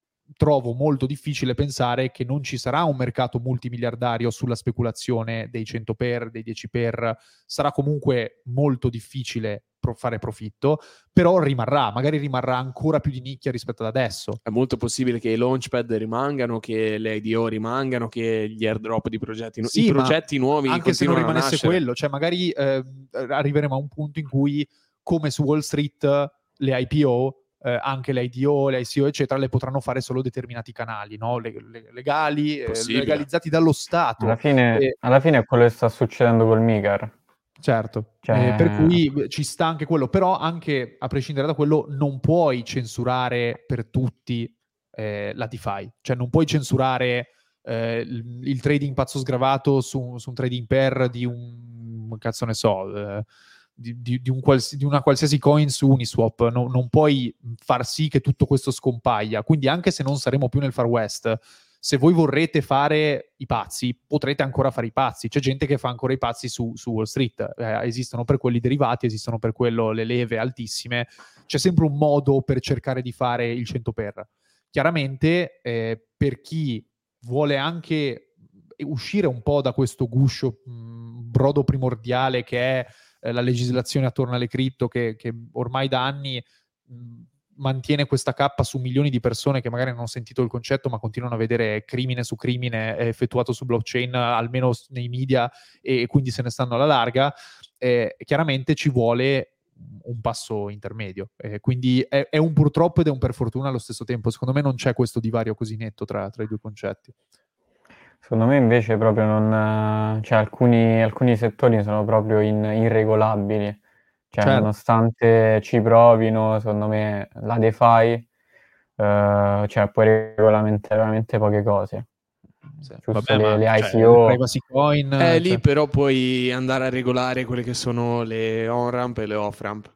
B: trovo molto difficile pensare che non ci sarà un mercato multimiliardario sulla speculazione dei cento per, dei dieci per, sarà comunque molto difficile pro- fare profitto, però rimarrà, magari rimarrà ancora più di nicchia rispetto ad adesso.
C: È molto possibile che i launchpad rimangano, che le I D O rimangano, che gli airdrop di progetti, nu-
B: Sì,
C: i
B: ma
C: progetti nuovi
B: anche se non
C: continuano a
B: rimanesse
C: nascere.
B: quello, cioè magari eh, arriveremo a un punto in cui, come su Wall Street, le I P O, eh, anche le I D O, le I C O, eccetera, le potranno fare solo determinati canali, no? Le- le- legali, eh,
C: Possibile.
B: legalizzati dallo Stato.
E: Alla fine,
B: Eh,
E: alla fine è quello che sta succedendo col Micar.
B: Certo,
E: Cioè-
B: eh, per cui eh, ci sta anche quello, però anche a prescindere da quello non puoi censurare per tutti eh, la DeFi, cioè non puoi censurare eh, il, il trading pazzo sgravato su, su un trading pair di un, cazzo ne so, eh, di, di- di un quals- di una qualsiasi coin su Uniswap, no- non puoi far sì che tutto questo scompaia, quindi anche se non saremo più nel Far West, se voi vorrete fare i pazzi, potrete ancora fare i pazzi. C'è gente che fa ancora i pazzi su, su Wall Street. Eh, esistono per quelli derivati, esistono per quello le leve altissime. C'è sempre un modo per cercare di fare il cento per. Chiaramente, eh, per chi vuole anche uscire un po' da questo guscio mh, brodo primordiale che è eh, la legislazione attorno alle cripto, che, che ormai da anni mh, mantiene questa cappa su milioni di persone che magari non hanno sentito il concetto ma continuano a vedere crimine su crimine effettuato su blockchain, almeno nei media, e quindi se ne stanno alla larga. Eh, chiaramente ci vuole un passo intermedio, eh, quindi è, è un purtroppo ed è un per fortuna allo stesso tempo. Secondo me non c'è questo divario così netto tra, tra i due concetti.
E: Secondo me invece proprio non... Cioè alcuni, alcuni settori sono proprio in- irregolabili. Cioè
B: Certo.
E: nonostante ci provino, secondo me la DeFi, eh, cioè puoi regolamentare veramente poche cose.
B: Sì.
E: Giusto
B: Vabbè,
E: le,
B: ma,
E: le
B: cioè,
E: I C O.
B: le privacy coin,
C: Eh,
B: cioè-
C: lì però puoi andare a regolare quelle che sono le on-ramp e le off-ramp.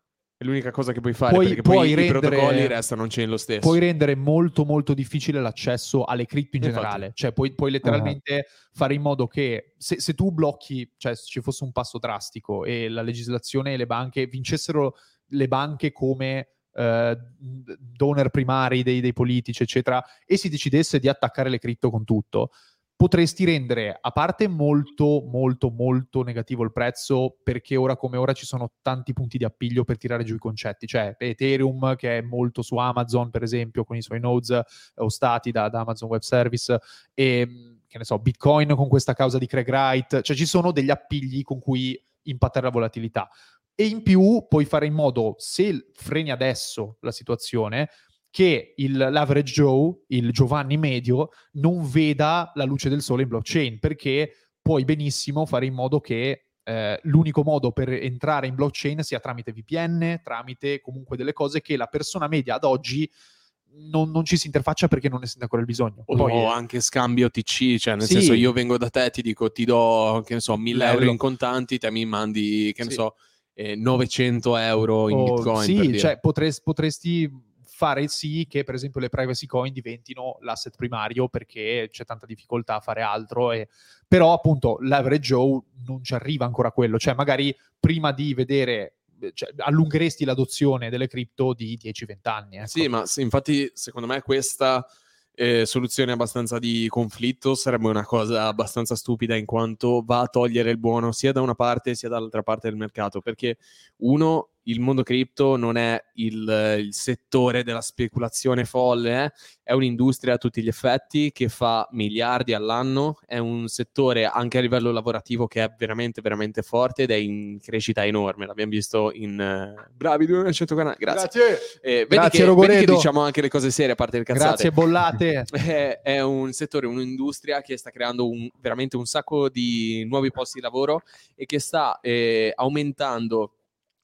C: è l'unica cosa che puoi fare,
B: Puoi-
C: perché
B: puoi
C: poi
B: rendere-
C: i protocolli restano on-chain lo stesso.
B: Puoi rendere molto molto difficile l'accesso alle cripto in
C: Infatti.
B: generale, cioè puoi, puoi letteralmente fare in modo che se, se tu blocchi, cioè se ci fosse un passo drastico e la legislazione e le banche vincessero le banche come eh, donor primari dei, dei politici eccetera e si decidesse di attaccare le cripto con tutto, potresti rendere a parte molto molto molto negativo il prezzo, perché ora come ora ci sono tanti punti di appiglio per tirare giù i concetti, cioè Ethereum che è molto su Amazon per esempio con i suoi nodes eh, ostati da, da Amazon Web Service e che ne so Bitcoin con questa causa di Craig Wright, cioè ci sono degli appigli con cui impattare la volatilità e in più puoi fare in modo, se freni adesso la situazione, che il, l'average Joe, il Giovanni medio, non veda la luce del sole in blockchain, perché puoi benissimo fare in modo che eh, l'unico modo per entrare in blockchain sia tramite V P N, tramite comunque delle cose che la persona media ad oggi non, non ci si interfaccia perché non ne sente ancora il bisogno.
C: O
B: Poi,
C: anche scambio T C, cioè nel
B: Sì.
C: senso io vengo da te, ti dico ti do, che ne so, mille
B: Bello.
C: euro in contanti, te mi mandi, che ne
B: Sì.
C: so, eh, novecento euro in
B: o-
C: Bitcoin. per
B: sì,
C: dire.
B: cioè potres- potresti fare sì che per esempio le privacy coin diventino l'asset primario perché c'è tanta difficoltà a fare altro e... però appunto l'average Joe non ci arriva ancora a quello, cioè magari prima di vedere, cioè, allungheresti l'adozione delle cripto di dieci venti anni, ecco.
C: Sì, ma se- infatti secondo me questa eh, soluzione abbastanza di conflitto sarebbe una cosa abbastanza stupida, in quanto va a togliere il buono sia da una parte sia dall'altra parte del mercato, perché uno, il mondo cripto non è il, il settore della speculazione folle, eh? È un'industria a tutti gli effetti che fa miliardi all'anno, è un settore anche a livello lavorativo che è veramente veramente forte ed è in crescita enorme, l'abbiamo visto in uh, bravi duecento canali, grazie.
B: Grazie,
C: Eh, vedi,
B: Grazie,
C: che, vedi
B: Rogoredo.
C: che diciamo anche le cose serie a parte le cazzate.
B: grazie bollate.
C: È, è un settore, un'industria che sta creando un, veramente un sacco di nuovi posti di lavoro e che sta eh, aumentando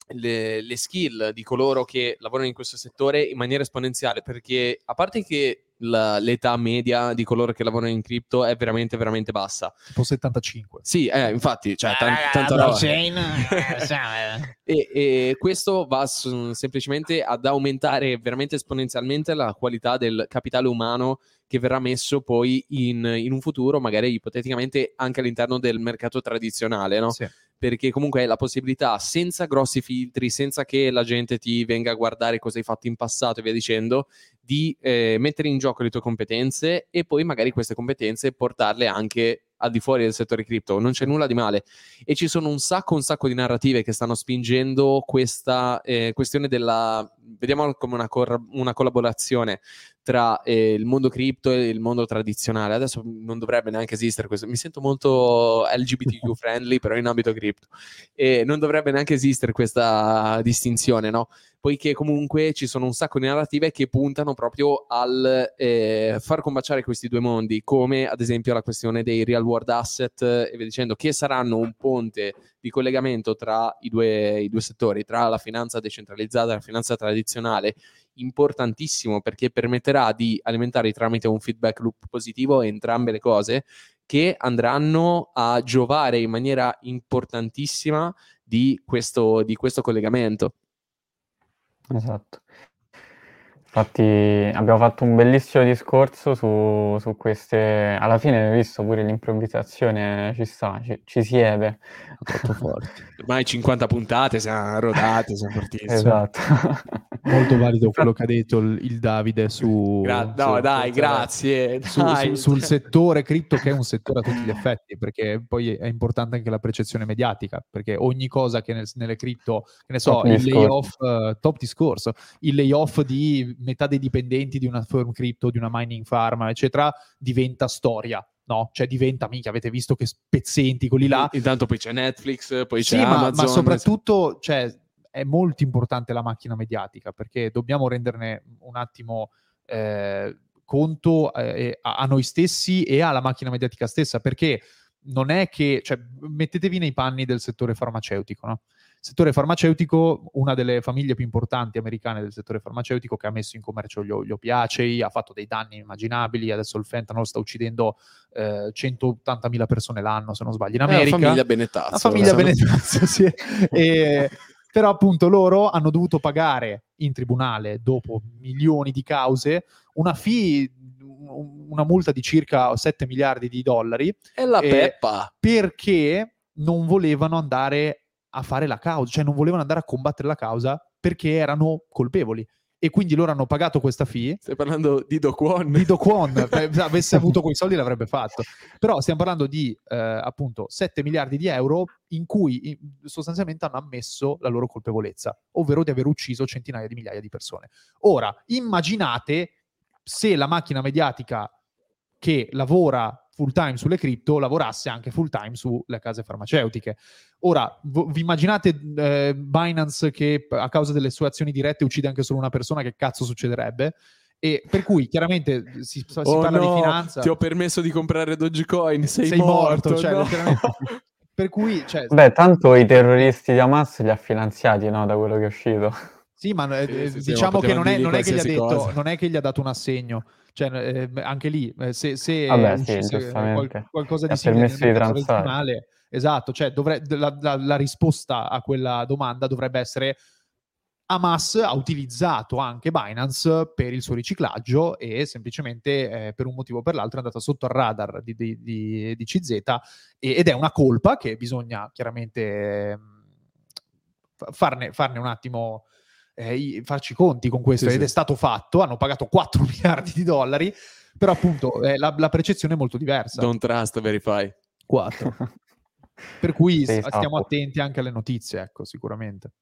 C: le, le skill di coloro che lavorano in questo settore in maniera esponenziale, perché a parte che la- l'età media di coloro che lavorano in cripto è veramente veramente bassa.
B: Tipo settantacinque.
C: Sì, eh, infatti, cioè, tan- tanta roba. E, e questo va s- semplicemente ad aumentare veramente esponenzialmente la qualità del capitale umano che verrà messo poi in, in un futuro, magari ipoteticamente anche all'interno del mercato tradizionale, no?
B: Sì.
C: Perché comunque hai la possibilità, senza grossi filtri, senza che la gente ti venga a guardare cosa hai fatto in passato e via dicendo, di eh, mettere in gioco le tue competenze e poi magari queste competenze portarle anche al di fuori del settore cripto. Non c'è nulla di male e ci sono un sacco un sacco di narrative che stanno spingendo questa eh, questione della, vediamola come una, cor- una collaborazione tra eh, il mondo cripto e il mondo tradizionale. Adesso non dovrebbe neanche esistere questo, mi sento molto L G B T Q friendly però in ambito cripto, e non dovrebbe neanche esistere questa distinzione, no? Poiché comunque ci sono un sacco di narrative che puntano proprio al eh, far combaciare questi due mondi, come ad esempio la questione dei real world asset e via dicendo, che saranno un ponte di collegamento tra i due, i due settori, tra la finanza decentralizzata e la finanza tradizionale, importantissimo perché permetterà di alimentare tramite un feedback loop positivo entrambe le cose, che andranno a giovare in maniera importantissima di questo, di questo collegamento.
E: Esatto. Infatti abbiamo fatto un bellissimo discorso su, su queste... Alla fine hai visto pure l'improvvisazione ci sta, ci, ci siede.
C: Troppo forte. Ormai cinquanta puntate, siamo rodate, siamo fortissimi.
E: Esatto.
B: Molto valido quello che ha detto il, il Davide su,
C: Gra- no,
B: su-
C: dai,
B: su-
C: grazie.
B: su-
C: dai.
B: su- sul settore cripto, che è un settore a tutti gli effetti, perché poi è importante anche la percezione mediatica, perché ogni cosa che nel- nelle cripto, che ne so,
E: Top
B: il
E: discorso.
B: layoff, eh, top discorso, il layoff di metà dei dipendenti di una firm cripto, di una mining farm, eccetera, diventa storia. No, cioè diventa, minchia, avete visto che spezzenti quelli là.
C: Intanto poi c'è Netflix, poi
B: Sì,
C: c'è
B: ma,
C: Amazon.
B: ma soprattutto, cioè, è molto importante la macchina mediatica, perché dobbiamo renderne un attimo eh, conto eh, a, a noi stessi e alla macchina mediatica stessa, perché non è che, cioè, mettetevi nei panni del settore farmaceutico, no? Settore farmaceutico, una delle famiglie più importanti americane del settore farmaceutico, che ha messo in commercio gli, gli oppiacei, ha fatto dei danni immaginabili, adesso il fentanyl sta uccidendo eh, centottantamila persone l'anno, se non sbaglio, in
C: È
B: America.
C: una famiglia Benetazzo.
B: Una famiglia
C: Benetazzo.
B: Benetazzo, sì. E, Però appunto loro hanno dovuto pagare in tribunale, dopo milioni di cause, una fee, una multa di circa sette miliardi di dollari.
C: E la
B: eh,
C: peppa!
B: Perché non volevano andare a fare la causa, cioè non volevano andare a combattere la causa perché erano colpevoli. E quindi loro hanno pagato questa fee.
C: Stai parlando di Do Kwon.
B: Di Do Kwon, avesse avuto quei soldi l'avrebbe fatto. Però stiamo parlando di eh, appunto sette miliardi di euro in cui sostanzialmente hanno ammesso la loro colpevolezza, ovvero di aver ucciso centinaia di migliaia di persone. Ora, immaginate se la macchina mediatica che lavora full time sulle cripto lavorasse anche full time sulle case farmaceutiche. Ora, v- vi immaginate eh, Binance che a causa delle sue azioni dirette uccide anche solo una persona? Che cazzo succederebbe? E per cui chiaramente si, si
C: oh
B: parla
C: no,
B: di finanza.
C: Ti ho permesso di comprare Dogecoin, sei,
B: sei
C: morto,
B: morto, cioè
C: no?
B: letteralmente. Per cui, cioè,
E: beh, tanto i terroristi di Hamas li ha finanziati, no, da quello che è uscito.
B: Sì, ma eh,
C: Sì, sì, sì,
B: diciamo
C: ma
B: che non è,
C: potevano
B: non è che gli ha
C: dirgli qualsiasi
B: detto,
C: cosa.
B: non è che gli ha dato un assegno, cioè eh, anche lì eh, se, se
E: Vabbè, sì,
B: uscisse eh,
E: giustamente.
B: qual- qualcosa
E: Gli
B: di
E: ha
B: simile nel
E: permesso di
B: mercato
E: transare.
B: tradizionale, esatto, cioè dovre- la, la- la risposta a quella domanda dovrebbe essere: Hamas ha utilizzato anche Binance per il suo riciclaggio e semplicemente eh, per un motivo o per l'altro è andata sotto il radar di, di, di, di C Z, e- ed è una colpa che bisogna chiaramente eh, farne, farne un attimo eh, i- farci i conti con questo,
C: Sì,
B: ed
C: sì.
B: è stato fatto. Hanno pagato quattro miliardi di dollari, però appunto eh, la, la percezione è molto diversa.
C: Don't trust, verify.
B: quattro. Per cui
E: Sì,
B: s- stiamo
E: esatto.
B: attenti anche alle notizie, ecco, sicuramente.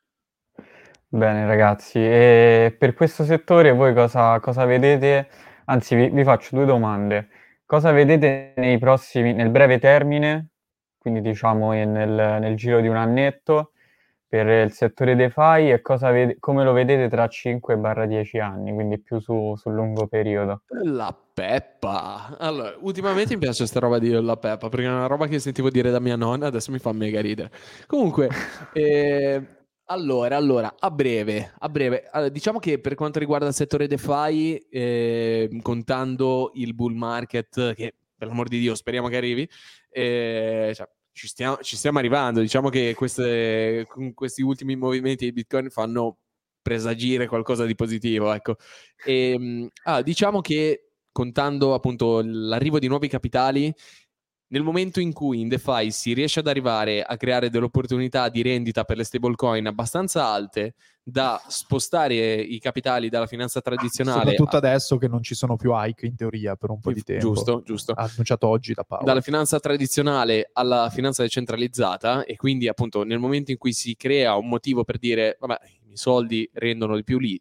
E: Bene ragazzi, e per questo settore voi cosa, cosa vedete? Anzi, vi, vi faccio due domande. Cosa vedete nei prossimi, nel breve termine, quindi diciamo in- nel, nel giro di un annetto, per il settore DeFi, e cosa vede- come lo vedete tra cinque dieci anni, quindi più su, sul lungo periodo?
C: La peppa. Allora, ultimamente mi piace sta roba di la peppa, perché è una roba che sentivo dire da mia nonna, adesso mi fa mega ridere. Comunque, eh, allora, allora, a breve, a breve, allora, diciamo che per quanto riguarda il settore DeFi, eh, contando il bull market, che per l'amor di Dio speriamo che arrivi, eh, cioè, ci stiamo, ci stiamo arrivando. Diciamo che queste, con questi ultimi movimenti di Bitcoin fanno presagire qualcosa di positivo, ecco. E, ah, diciamo che contando appunto l'arrivo di nuovi capitali, nel momento in cui in DeFi si riesce ad arrivare a creare delle opportunità di rendita per le stablecoin abbastanza alte da spostare i capitali dalla finanza tradizionale,
B: Soprattutto
C: a...
B: adesso che non ci sono più hike in teoria per un po' di tempo.
C: Giusto, giusto.
B: Ha annunciato oggi da Paolo.
C: Dalla finanza tradizionale alla finanza decentralizzata, e quindi appunto nel momento in cui si crea un motivo per dire vabbè, i soldi rendono di più lì,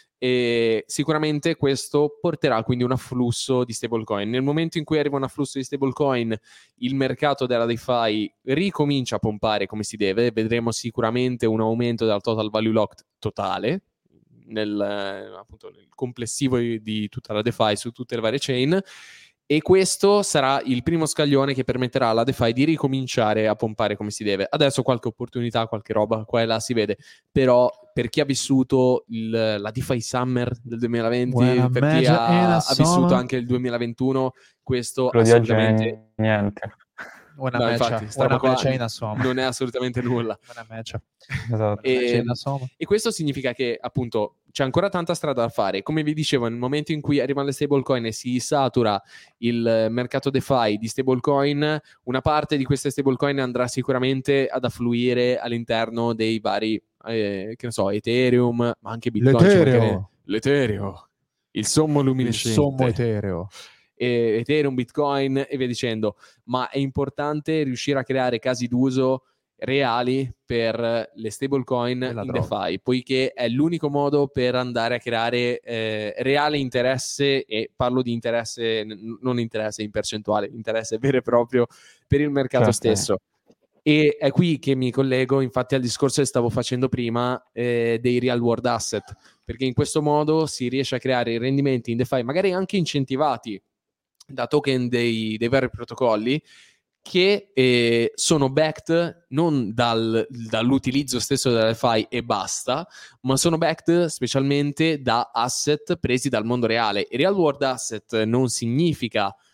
C: e sicuramente questo porterà quindi un afflusso di stablecoin. Nel momento in cui arriva un afflusso di stablecoin, il mercato della DeFi ricomincia a pompare come si deve. Vedremo sicuramente un aumento della total value locked totale nel, appunto, nel complessivo di tutta la DeFi su tutte le varie chain. E questo sarà il primo scaglione che permetterà alla DeFi di ricominciare a pompare come si deve. Adesso qualche opportunità, qualche roba qua e là si vede, però per chi ha vissuto il, la DeFi Summer del duemilaventi,
B: Buona
C: per chi
B: mezza e
C: ha,
B: una
C: ha vissuto
B: summer.
C: anche il duemilaventuno, questo
E: Quello di oggi
C: assolutamente...
E: è niente.
B: Una
C: No,
B: matcha,
C: infatti, sta
B: una
C: roba qua
B: matcha in assomma.
C: non è assolutamente nulla.
B: Una matcha.
E: Esatto.
C: E,
B: in assomma.
C: e questo significa che appunto c'è ancora tanta strada da fare. Come vi dicevo, nel momento in cui arrivano le stablecoin e si satura il mercato DeFi di stablecoin, una parte di queste stablecoin andrà sicuramente ad affluire all'interno dei vari, eh, che ne so, Ethereum, ma anche Bitcoin.
B: L'Etereo.
C: L'Etereo, il sommo
B: Il
C: luminescente.
B: sommo etereo.
C: E Ethereum, Bitcoin e via dicendo. Ma è importante riuscire a creare casi d'uso reali per le stablecoin
B: E la
C: in
B: droga.
C: DeFi, poiché è l'unico modo per andare a creare eh, reale interesse, e parlo di interesse, n- non interesse in percentuale, interesse vero e proprio per il mercato
E: Certo.
C: stesso. E è qui che mi collego infatti al discorso che stavo facendo prima eh, dei real world asset, perché in questo modo si riesce a creare rendimenti in DeFi, magari anche incentivati da token dei, dei vari protocolli, che eh, sono backed non dal, dall'utilizzo stesso della DeFi e basta, ma sono backed specialmente da asset presi dal mondo reale. E real world asset non significa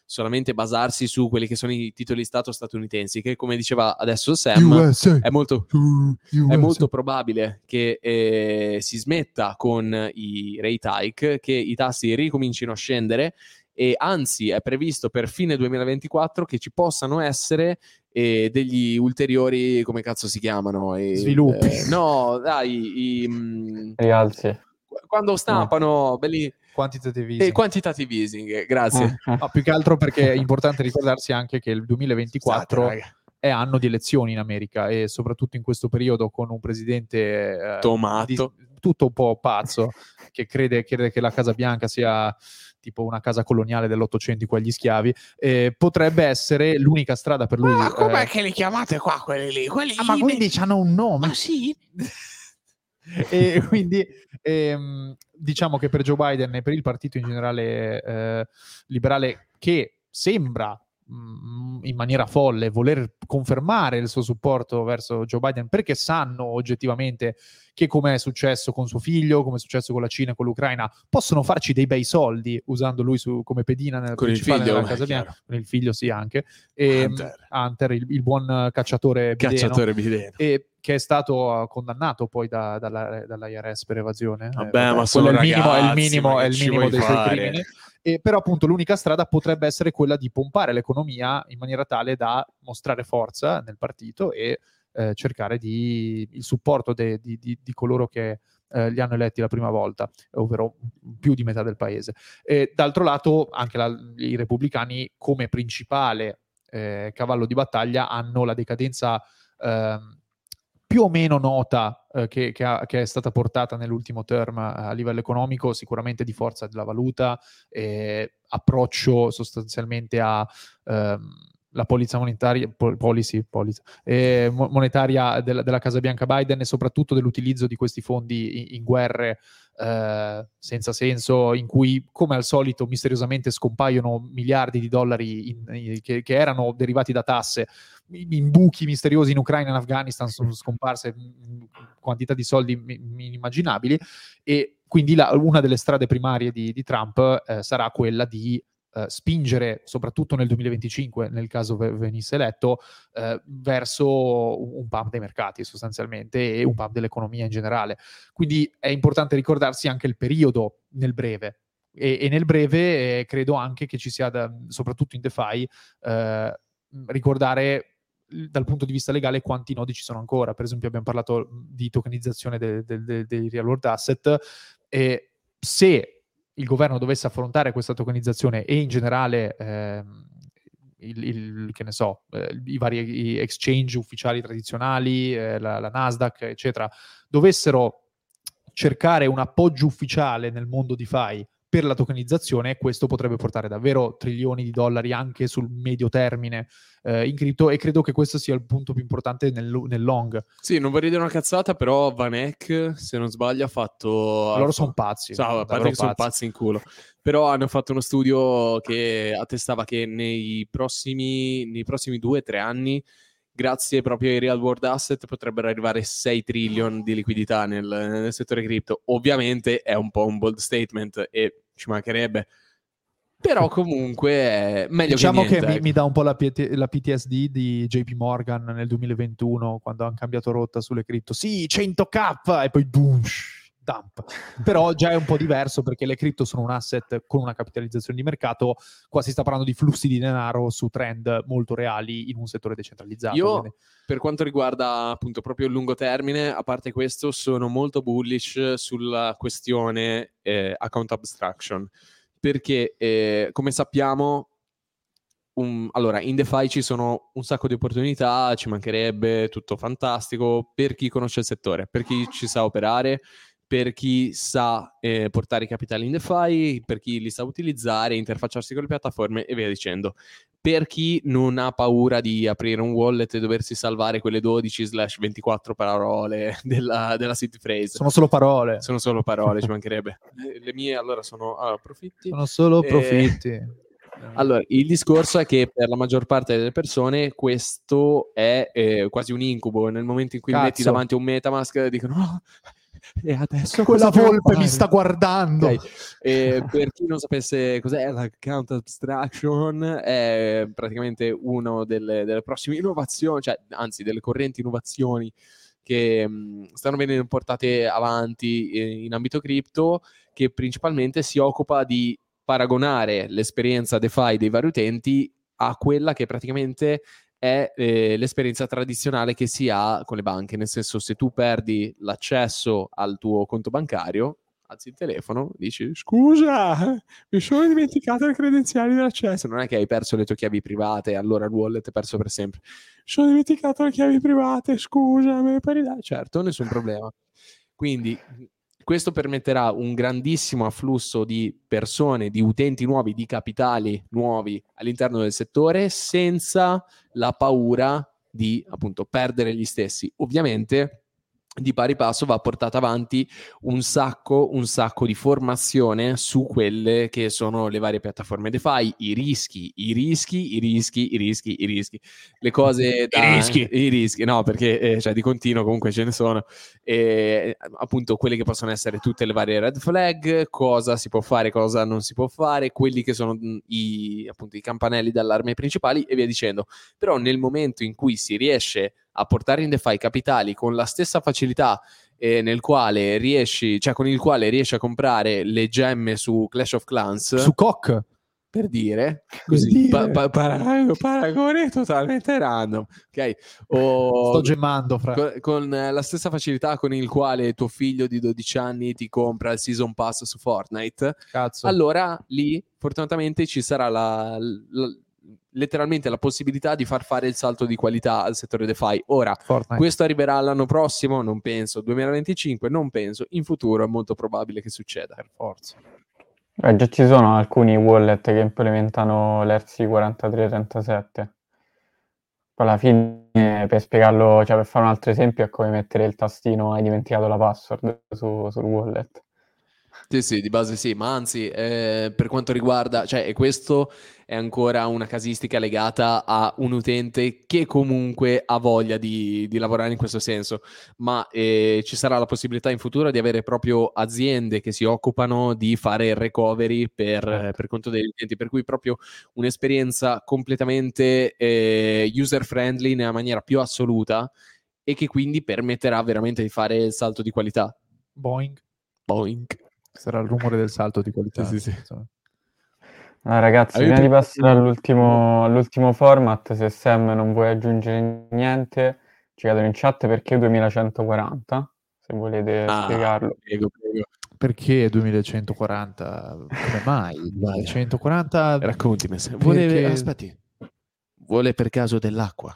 C: solamente basarsi su quelli che sono i titoli di Stato statunitensi, che come diceva adesso Sam
B: U S A.
C: è molto,
B: U S A.
C: è molto probabile che eh, si smetta con i rate hike, che i tassi ricomincino a scendere, e anzi è previsto per fine duemilaventiquattro che ci possano essere eh, degli ulteriori, come cazzo si chiamano? Eh,
B: Sviluppi.
C: eh, no, dai, i, mh,
E: Rialzi.
C: quando stampano, belli,
B: Quantitative
C: eh,
B: easing.
C: quantitative easing, grazie.
E: Eh,
B: No, più che altro perché è importante ricordarsi anche che il duemilaventiquattro
C: Scusate, raga.
B: è anno di elezioni in America, e soprattutto in questo periodo con un presidente eh,
C: Tomato.
B: di- tutto un po' pazzo, che crede, crede che la Casa Bianca sia tipo una casa coloniale dell'Ottocento con gli schiavi, eh, potrebbe essere l'unica strada per lui.
C: Ma com'è
B: eh,
C: che li chiamate qua quelli lì? Quelli
B: Ah, ma quindi hanno un nome?
C: Ma sì?
B: E quindi ehm, diciamo che per Joe Biden e per il partito in generale eh, liberale, che sembra mh, in maniera folle voler confermare il suo supporto verso Joe Biden, perché sanno oggettivamente che, come è successo con suo figlio, come è successo con la Cina e con l'Ucraina, possono farci dei bei soldi usando lui su, come pedina nel
C: Con il
B: principale
C: figlio,
B: della
C: è
B: Casa
C: chiaro.
B: Bianca, con il figlio sì anche, e,
C: Hunter.
B: Hunter, il, il buon cacciatore bideno,
C: Cacciatore bideno.
B: e che è stato uh, condannato poi da, dalla, dall'I R S per evasione.
C: Vabbè,
B: Eh,
C: ma
B: quello
C: sono
B: è il minimo, è il
C: ragazzi,
B: minimo,
C: ma
B: è
C: che
B: il
C: ci
B: minimo
C: vuoi
B: dei suoi
C: fare?
B: crimini. E però appunto l'unica strada potrebbe essere quella di pompare l'economia in maniera tale da mostrare forza nel partito e eh, cercare di, il supporto de, di, di, di coloro che eh, li hanno eletti la prima volta, ovvero più di metà del paese. E d'altro lato anche la, i repubblicani, come principale eh, cavallo di battaglia, hanno la decadenza eh, più o meno nota eh, che, che, ha, che è stata portata nell'ultimo term a livello economico, sicuramente di forza della valuta, eh, approccio sostanzialmente a ehm, la polizia monetaria, pol- policy, policy, eh, mo- monetaria della, della Casa Bianca Biden, e soprattutto dell'utilizzo di questi fondi in, in guerre eh, senza senso, in cui, come al solito, misteriosamente scompaiono miliardi di dollari in, in, che, che erano derivati da tasse in buchi misteriosi in Ucraina e in Afghanistan. Sono scomparse quantità di soldi inimmaginabili, e quindi la, una delle strade primarie di, di Trump eh, sarà quella di Uh, spingere, soprattutto nel duemilaventicinque, nel caso v- venisse eletto, uh, verso un, un pump dei mercati sostanzialmente, e un pump dell'economia in generale. Quindi è importante ricordarsi anche il periodo nel breve, e, e nel breve eh, credo anche che ci sia, da, soprattutto in DeFi, uh, ricordare dal punto di vista legale quanti nodi ci sono ancora. Per esempio abbiamo parlato di tokenizzazione de, de, de, dei real world asset, e se il governo dovesse affrontare questa tokenizzazione, e in generale ehm, il, il, che ne so, eh, i vari exchange ufficiali tradizionali, eh, la, la Nasdaq, eccetera, dovessero cercare un appoggio ufficiale nel mondo DeFi per la tokenizzazione, questo potrebbe portare davvero trilioni di dollari anche sul medio termine eh, in cripto, e credo che questo sia il punto più importante nel, nel long.
C: Sì, non vorrei dire una cazzata, però Van Eck, se non sbaglio, ha fatto...
B: Loro sono pazzi.
C: So, a parte che sono pazzi in culo. Però hanno fatto uno studio che attestava che nei prossimi, nei prossimi due o tre anni, grazie proprio ai real world asset, potrebbero arrivare sei trillion di liquidità nel, nel settore cripto. Ovviamente è un po' un bold statement, e ci mancherebbe, però comunque è meglio
B: diciamo
C: che niente.
B: che mi, mi dà un po' la, P T, la P T S D di J P Morgan nel duemilaventuno, quando hanno cambiato rotta sulle cripto. Sì, cento K, e poi boom, dump. Però già è un po' diverso, perché le cripto sono un asset con una capitalizzazione di mercato. Qua si sta parlando di flussi di denaro su trend molto reali in un settore decentralizzato.
C: Io,
B: quindi...
C: per quanto riguarda appunto proprio il lungo termine, a parte questo, sono molto bullish sulla questione eh, account abstraction, perché eh, come sappiamo, un, allora in DeFi ci sono un sacco di opportunità, ci mancherebbe, tutto fantastico per chi conosce il settore, per chi ci sa operare, per chi sa eh, portare i capitali in DeFi, per chi li sa utilizzare, interfacciarsi con le piattaforme e via dicendo. Per chi non ha paura di aprire un wallet e doversi salvare quelle dodici ventiquattro parole della, della seed phrase.
B: Sono solo parole.
C: Sono solo parole, ci mancherebbe. Le mie allora sono allora, profitti.
B: Sono solo
C: Eh,
B: profitti.
C: Allora, il discorso è che per la maggior parte delle persone questo è eh, quasi un incubo. Nel momento in cui
B: Cazzo.
C: li metti davanti a un MetaMask, dicono oh, e adesso
B: Quella
C: cosa devo
B: volpe mi
C: fare?
B: sta guardando.
C: Ok. E per chi non sapesse cos'è la count abstraction, è praticamente una delle, delle prossime innovazioni, cioè anzi delle correnti innovazioni che mh, stanno venendo portate avanti eh, in ambito cripto, che principalmente si occupa di paragonare l'esperienza DeFi dei vari utenti a quella che praticamente è eh, l'esperienza tradizionale che si ha con le banche, nel senso, se tu perdi l'accesso al tuo conto bancario, alzi il telefono, dici scusa, mi sono dimenticato le credenziali dell'accesso. Non è che hai perso le tue chiavi private e allora il wallet è perso per sempre. Mi sono dimenticato le chiavi private, scusa, me le puoi ridare? Certo, nessun problema. Quindi questo permetterà un grandissimo afflusso di persone, di utenti nuovi, di capitali nuovi all'interno del settore, senza la paura di appunto perdere gli stessi. Ovviamente di pari passo va portata avanti un sacco, un sacco di formazione su quelle che sono le varie piattaforme DeFi, i rischi, i rischi, i rischi, i rischi, i rischi, le cose da...
B: I rischi.
C: I rischi, no, perché eh, cioè, di continuo comunque ce ne sono, e appunto quelle che possono essere tutte le varie red flag, cosa si può fare, cosa non si può fare, quelli che sono i, appunto, i campanelli d'allarme principali e via dicendo. Però nel momento in cui si riesce a portare in DeFi capitali con la stessa facilità eh, nel quale riesci, cioè con il quale riesci a comprare le gemme su Clash of Clans,
B: Su Coq.
C: per dire,
B: Per
C: così,
B: dire.
C: pa- pa- para- paragone totalmente random, ok? O
B: Sto gemmando, fra.
C: con, con la stessa facilità con il quale tuo figlio di dodici anni ti compra il Season Pass su Fortnite,
B: Cazzo.
C: allora lì fortunatamente ci sarà la, la- letteralmente la possibilità di far fare il salto di qualità al settore DeFi. Ora,
B: Fortnite.
C: questo arriverà l'anno prossimo? Non penso. duemilaventicinque? Non penso. In futuro è molto probabile che succeda.
B: Per forza.
E: Eh, già ci sono alcuni wallet che implementano l'E R C quarantatré trentasette. Poi alla fine, per spiegarlo, cioè per fare un altro esempio, è come mettere il tastino hai dimenticato la password su- sul wallet.
C: Sì, sì, di base sì, ma anzi, eh, per quanto riguarda, cioè, e questo è ancora una casistica legata a un utente che comunque ha voglia di, di lavorare in questo senso, ma eh, ci sarà la possibilità in futuro di avere proprio aziende che si occupano di fare il recovery per, eh, per conto degli utenti, per cui proprio un'esperienza completamente eh, user-friendly nella maniera più assoluta e che quindi permetterà veramente di fare il salto di qualità.
B: Boing.
C: Boing.
B: Sarà il rumore del salto di qualità.
C: Sì, sì, sì.
B: insomma.
E: Allora, ragazzi,
C: Avete-
E: prima di passare all'ultimo, all'ultimo format, se Sam non vuoi aggiungere niente, ci chiedono in chat perché duemilacentoquaranta, se volete
C: Ah,
E: spiegarlo.
C: prego, prego.
B: Perché duemilacentoquaranta? Come mai? duemilacentoquaranta?
C: Raccontimi. se-
B: Perché-
C: Vuole, aspetti. Vuole per caso dell'acqua?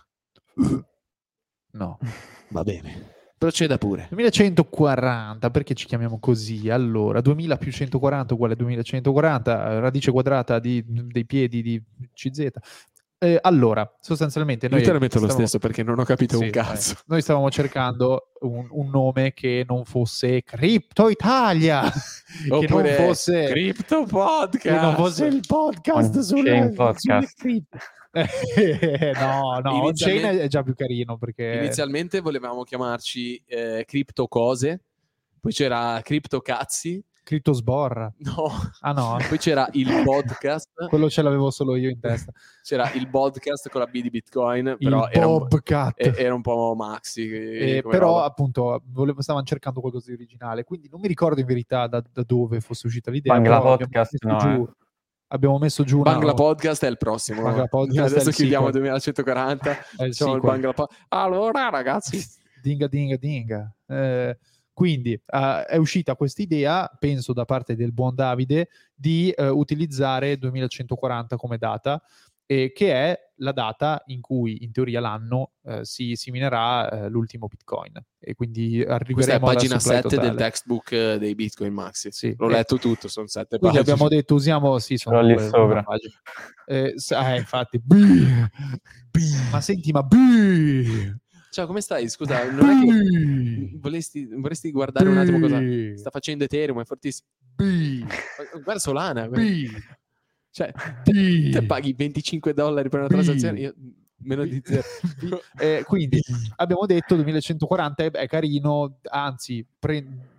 B: No.
C: Va bene. Proceda pure.
B: duemilacentoquaranta, perché ci chiamiamo così? Allora, duemila più centoquaranta uguale duemilacentoquaranta, eh, radice quadrata di, dei piedi di C Z. Eh, allora, sostanzialmente noi
C: Letteralmente lo
B: stavamo-
C: stesso perché non ho capito
B: Sì,
C: un cazzo.
B: eh, noi stavamo cercando un, un nome che non fosse Crypto Italia, che non
C: Oppure
B: fosse
C: Crypto Podcast.
B: che non fosse il podcast
E: On-chain
B: sulle,
E: podcast.
B: sulle cripto. Eh, no, no,
C: Inizialmente-
B: on-chain è già più carino perché
C: Inizialmente volevamo chiamarci eh, Crypto Cose, poi c'era Crypto Cazzi,
B: Crypto sborra.
C: no,
B: Ah no,
C: poi c'era il podcast,
B: quello ce l'avevo solo io in testa.
C: c'era il podcast con la B di Bitcoin, però
B: Il
C: era un,
B: Bobcat.
C: e- era un po' maxi.
B: Eh,
C: come
B: però
C: roba.
B: appunto volevo, stavano cercando qualcosa di originale, quindi non mi ricordo in verità da, da dove fosse uscita l'idea.
E: Bangla
B: però
E: Podcast,
B: abbiamo messo
E: no,
B: giù, abbiamo messo giù una-
C: Bangla Podcast è il prossimo.
B: Bangla Podcast è
C: Adesso
B: il
C: chiudiamo
B: sequel.
C: duemilacentoquaranta.
B: È il
C: Facciamo il
B: sequel.
C: Bangla Po- Allora, ragazzi,
B: dinga dinga dinga. Eh, quindi eh, è uscita questa idea, penso da parte del buon Davide, di eh, utilizzare duemilacentoquaranta come data, eh, che è la data in cui in teoria l'anno eh, si, si minerà eh, l'ultimo Bitcoin. E quindi
C: questa è
B: arriveremo alla
C: pagina
B: supply
C: sette del
B: totale.
C: textbook eh, dei Bitcoin Maxi.
B: Sì.
C: L'ho
B: Eh,
C: letto tutto, sono sette
B: Quindi
C: pagine.
B: abbiamo detto usiamo, sì, sono
E: l'ho lì
B: due,
E: sopra.
B: una pagina. Eh, s- eh, infatti, B, B, ma senti, ma B,
C: Ciao, come stai? Scusa, non è che volesti, vorresti guardare un attimo cosa sta facendo Ethereum, è fortissimo.
B: B,
C: Guarda Solana,
B: B,
C: cioè
B: B,
C: te paghi venticinque dollari per una
B: B.
C: transazione, io meno di zero.
B: Eh, quindi abbiamo detto duemilacentoquaranta è, è carino, anzi pre-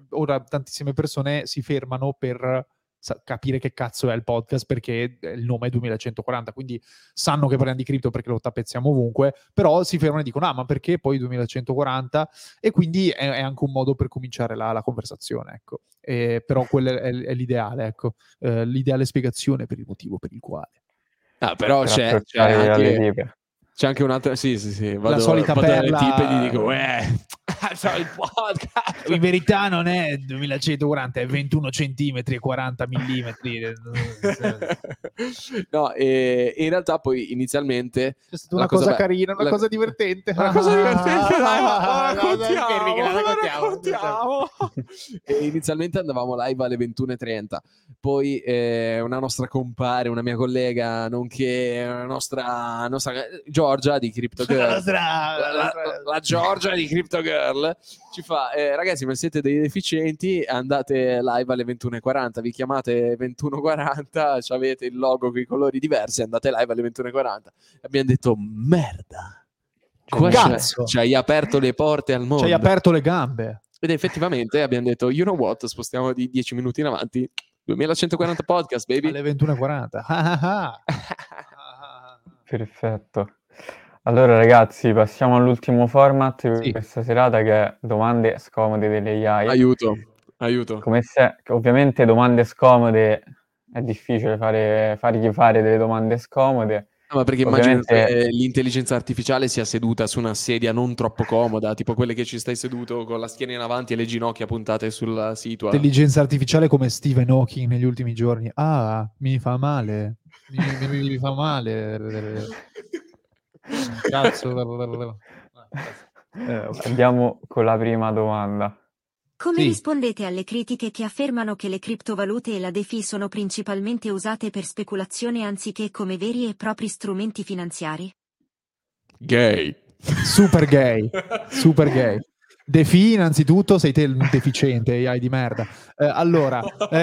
B: ora tantissime persone si fermano per capire che cazzo è il podcast, perché il nome è duemilacentoquaranta, quindi sanno che parliamo di cripto perché lo tappezziamo ovunque, però si fermano e dicono ah ma perché poi duemilacentoquaranta, e quindi è, è anche un modo per cominciare la, la conversazione, ecco. Eh, però quello è, è l'ideale, ecco, eh, l'ideale spiegazione per il motivo per il quale.
C: Ah, però
E: Per
C: c'è, c'è
E: approcciare alle
C: anche...
E: tipe.
C: C'è anche un'altra, sì, sì, sì. Vado,
B: La solita
C: vado dalle
B: perla-
C: tipe e gli dico, eh, c'ho il podcast.
B: In verità non è duemilacentoquaranta, è ventuno centimetri e quaranta millimetri.
C: No, e in realtà poi inizialmente
B: È stata una cosa, cosa carina, una
C: la...
B: cosa divertente.
C: Una cosa divertente, dai, la
B: raccontiamo,
C: la raccontiamo. E inizialmente andavamo live alle ventuno e trenta. Poi eh, una nostra compare, una mia collega, nonché una nostra, nostra Giorgia di Crypto Girl, la, la, la, la Giorgia di Crypto Girl ci fa eh, ragazzi, ma siete dei deficienti, andate live alle ventuno e quaranta, vi chiamate ventuno e quaranta, avete il logo con i colori diversi, andate live alle ventuno e quaranta. Abbiamo detto merda,
B: cazzo,
C: ci hai aperto le porte al mondo,
B: ci hai aperto le gambe.
C: Ed effettivamente abbiamo detto you know what, spostiamo di dieci minuti in avanti, duemilacentoquaranta podcast baby,
B: alle ventuno e quaranta.
E: Perfetto. Allora ragazzi, passiamo all'ultimo format di
B: Sì.
E: questa serata, che è domande scomode delle A I.
C: Aiuto, aiuto.
E: Come se, ovviamente domande scomode è difficile fare, fargli fare delle domande scomode.
C: No, ma perché
E: Ovviamente...
C: immagino che l'intelligenza artificiale sia seduta su una sedia non troppo comoda, tipo quelle che ci stai seduto con la schiena in avanti e le ginocchia puntate sulla situa.
B: Intelligenza artificiale come Stephen Hawking negli ultimi giorni. Ah, mi fa male. Mi, mi, mi fa male. Cazzo.
E: Eh, andiamo con la prima domanda.
D: Come
B: Sì.
D: rispondete alle critiche che affermano che le criptovalute e la DeFi sono principalmente usate per speculazione anziché come veri e propri strumenti finanziari?
C: Gay.
B: Super gay. Super gay. DeFi, innanzitutto, sei te un deficiente, A I di merda. Eh, allora, eh,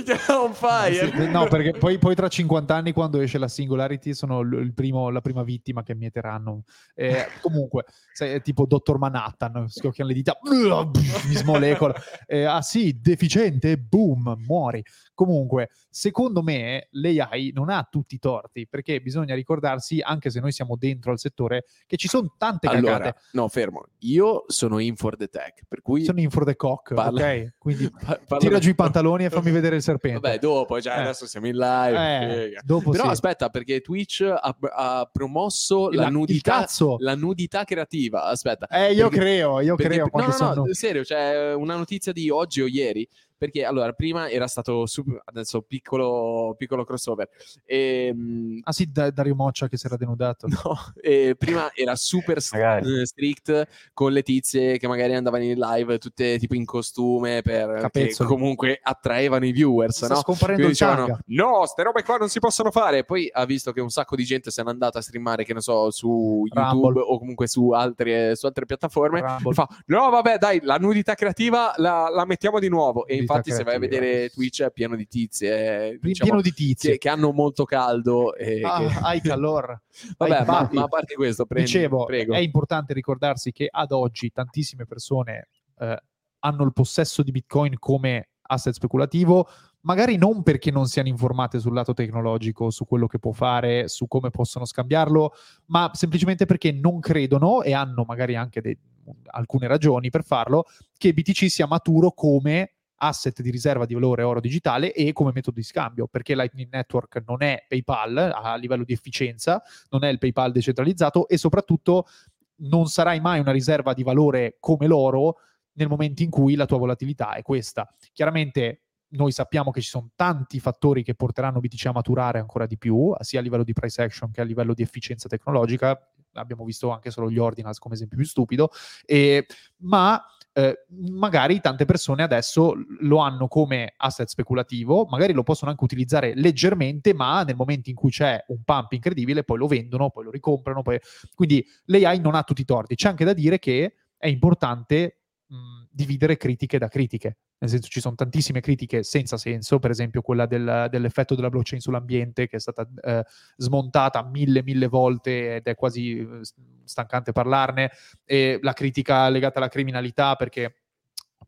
C: on fire.
B: sì, no, perché poi, poi tra cinquanta anni, quando esce la Singularity, sono il il primo, la prima vittima che mieteranno. Eh, comunque, sei, è tipo Dottor Manhattan, schiocchiano le dita, mi smolecola. Eh, ah sì, deficiente, boom, muori. Comunque, secondo me, l'A I non ha tutti i torti, perché bisogna ricordarsi, anche se noi siamo dentro al settore, che ci sono tante
C: Allora,
B: cagate.
C: no, fermo. Io sono in for the tech, per cui
B: Sono in for the cock,
C: parla-
B: ok? Quindi
C: pa- parla-
B: tira giù i pantaloni e fammi vedere il serpente.
C: Vabbè, dopo, cioè,
B: Eh.
C: adesso siamo in live.
B: Eh,
C: figa.
B: dopo
C: Però
B: sì.
C: aspetta, perché Twitch ha, ha promosso
B: La-
C: la,
B: il
C: nudità,
B: cazzo.
C: la nudità creativa. Aspetta.
B: Eh, io
C: perché-
B: creo, io
C: perché-
B: creo
C: no,
B: quando
C: no,
B: sono...
C: no, serio, c'è una notizia di oggi o ieri. Perché allora, prima era stato super, adesso piccolo, piccolo crossover. E, mh,
B: Ah sì, Da- Dario Moccia che si era denudato.
C: no, e prima era super st-
E: Magari.
C: eh, strict con le tizie che magari andavano in live tutte tipo in costume per che
B: Capezzoli.
C: comunque attraevano i viewers,
B: Sta
C: no?
B: scomparendo
C: Quindi
B: il
C: dicevano
B: tanga.
C: no, ste robe qua non si possono fare. Poi ha visto che un sacco di gente se n'è andata a streamare, che ne so, su YouTube
B: Rumble.
C: o comunque su altre, su altre piattaforme.
B: Rumble.
C: E fa no vabbè dai, la nudità creativa la, la mettiamo di nuovo. E
B: Nudità
C: infatti se vai a
B: creativa.
C: vedere Twitch è pieno di tizie, eh,
B: Pi-
C: diciamo,
B: pieno di tizie.
C: che, che hanno molto caldo e
B: Ah,
C: che-
B: hai calor.
C: Vabbè,
B: Ai
C: ma,
B: papi.
C: ma a parte questo, prendi,
B: Dicevo,
C: prego.
B: è importante ricordarsi che ad oggi tantissime persone eh, hanno il possesso di Bitcoin come asset speculativo, magari non perché non siano informate sul lato tecnologico, su quello che può fare, su come possono scambiarlo, ma semplicemente perché non credono, e hanno magari anche dei- alcune ragioni per farlo, che B T C sia maturo come asset di riserva di valore oro digitale e come metodo di scambio, perché Lightning Network non è PayPal a livello di efficienza, non è il PayPal decentralizzato, e soprattutto non sarai mai una riserva di valore come l'oro nel momento in cui la tua volatilità è questa. Chiaramente noi sappiamo che ci sono tanti fattori che porteranno B T C a maturare ancora di più, sia a livello di price action che a livello di efficienza tecnologica. Abbiamo visto anche solo gli ordinals come esempio più stupido, e, ma eh, magari tante persone adesso lo hanno come asset speculativo, magari lo possono anche utilizzare leggermente, ma nel momento in cui c'è un pump incredibile poi lo vendono, poi lo ricomprano, poi... quindi l'A I non ha tutti i torti. C'è anche da dire che è importante mh, dividere critiche da critiche, nel senso ci sono tantissime critiche senza senso, per esempio quella del, dell'effetto della blockchain sull'ambiente, che è stata eh, smontata mille mille volte ed è quasi eh, stancante parlarne, e la critica legata alla criminalità, perché mh,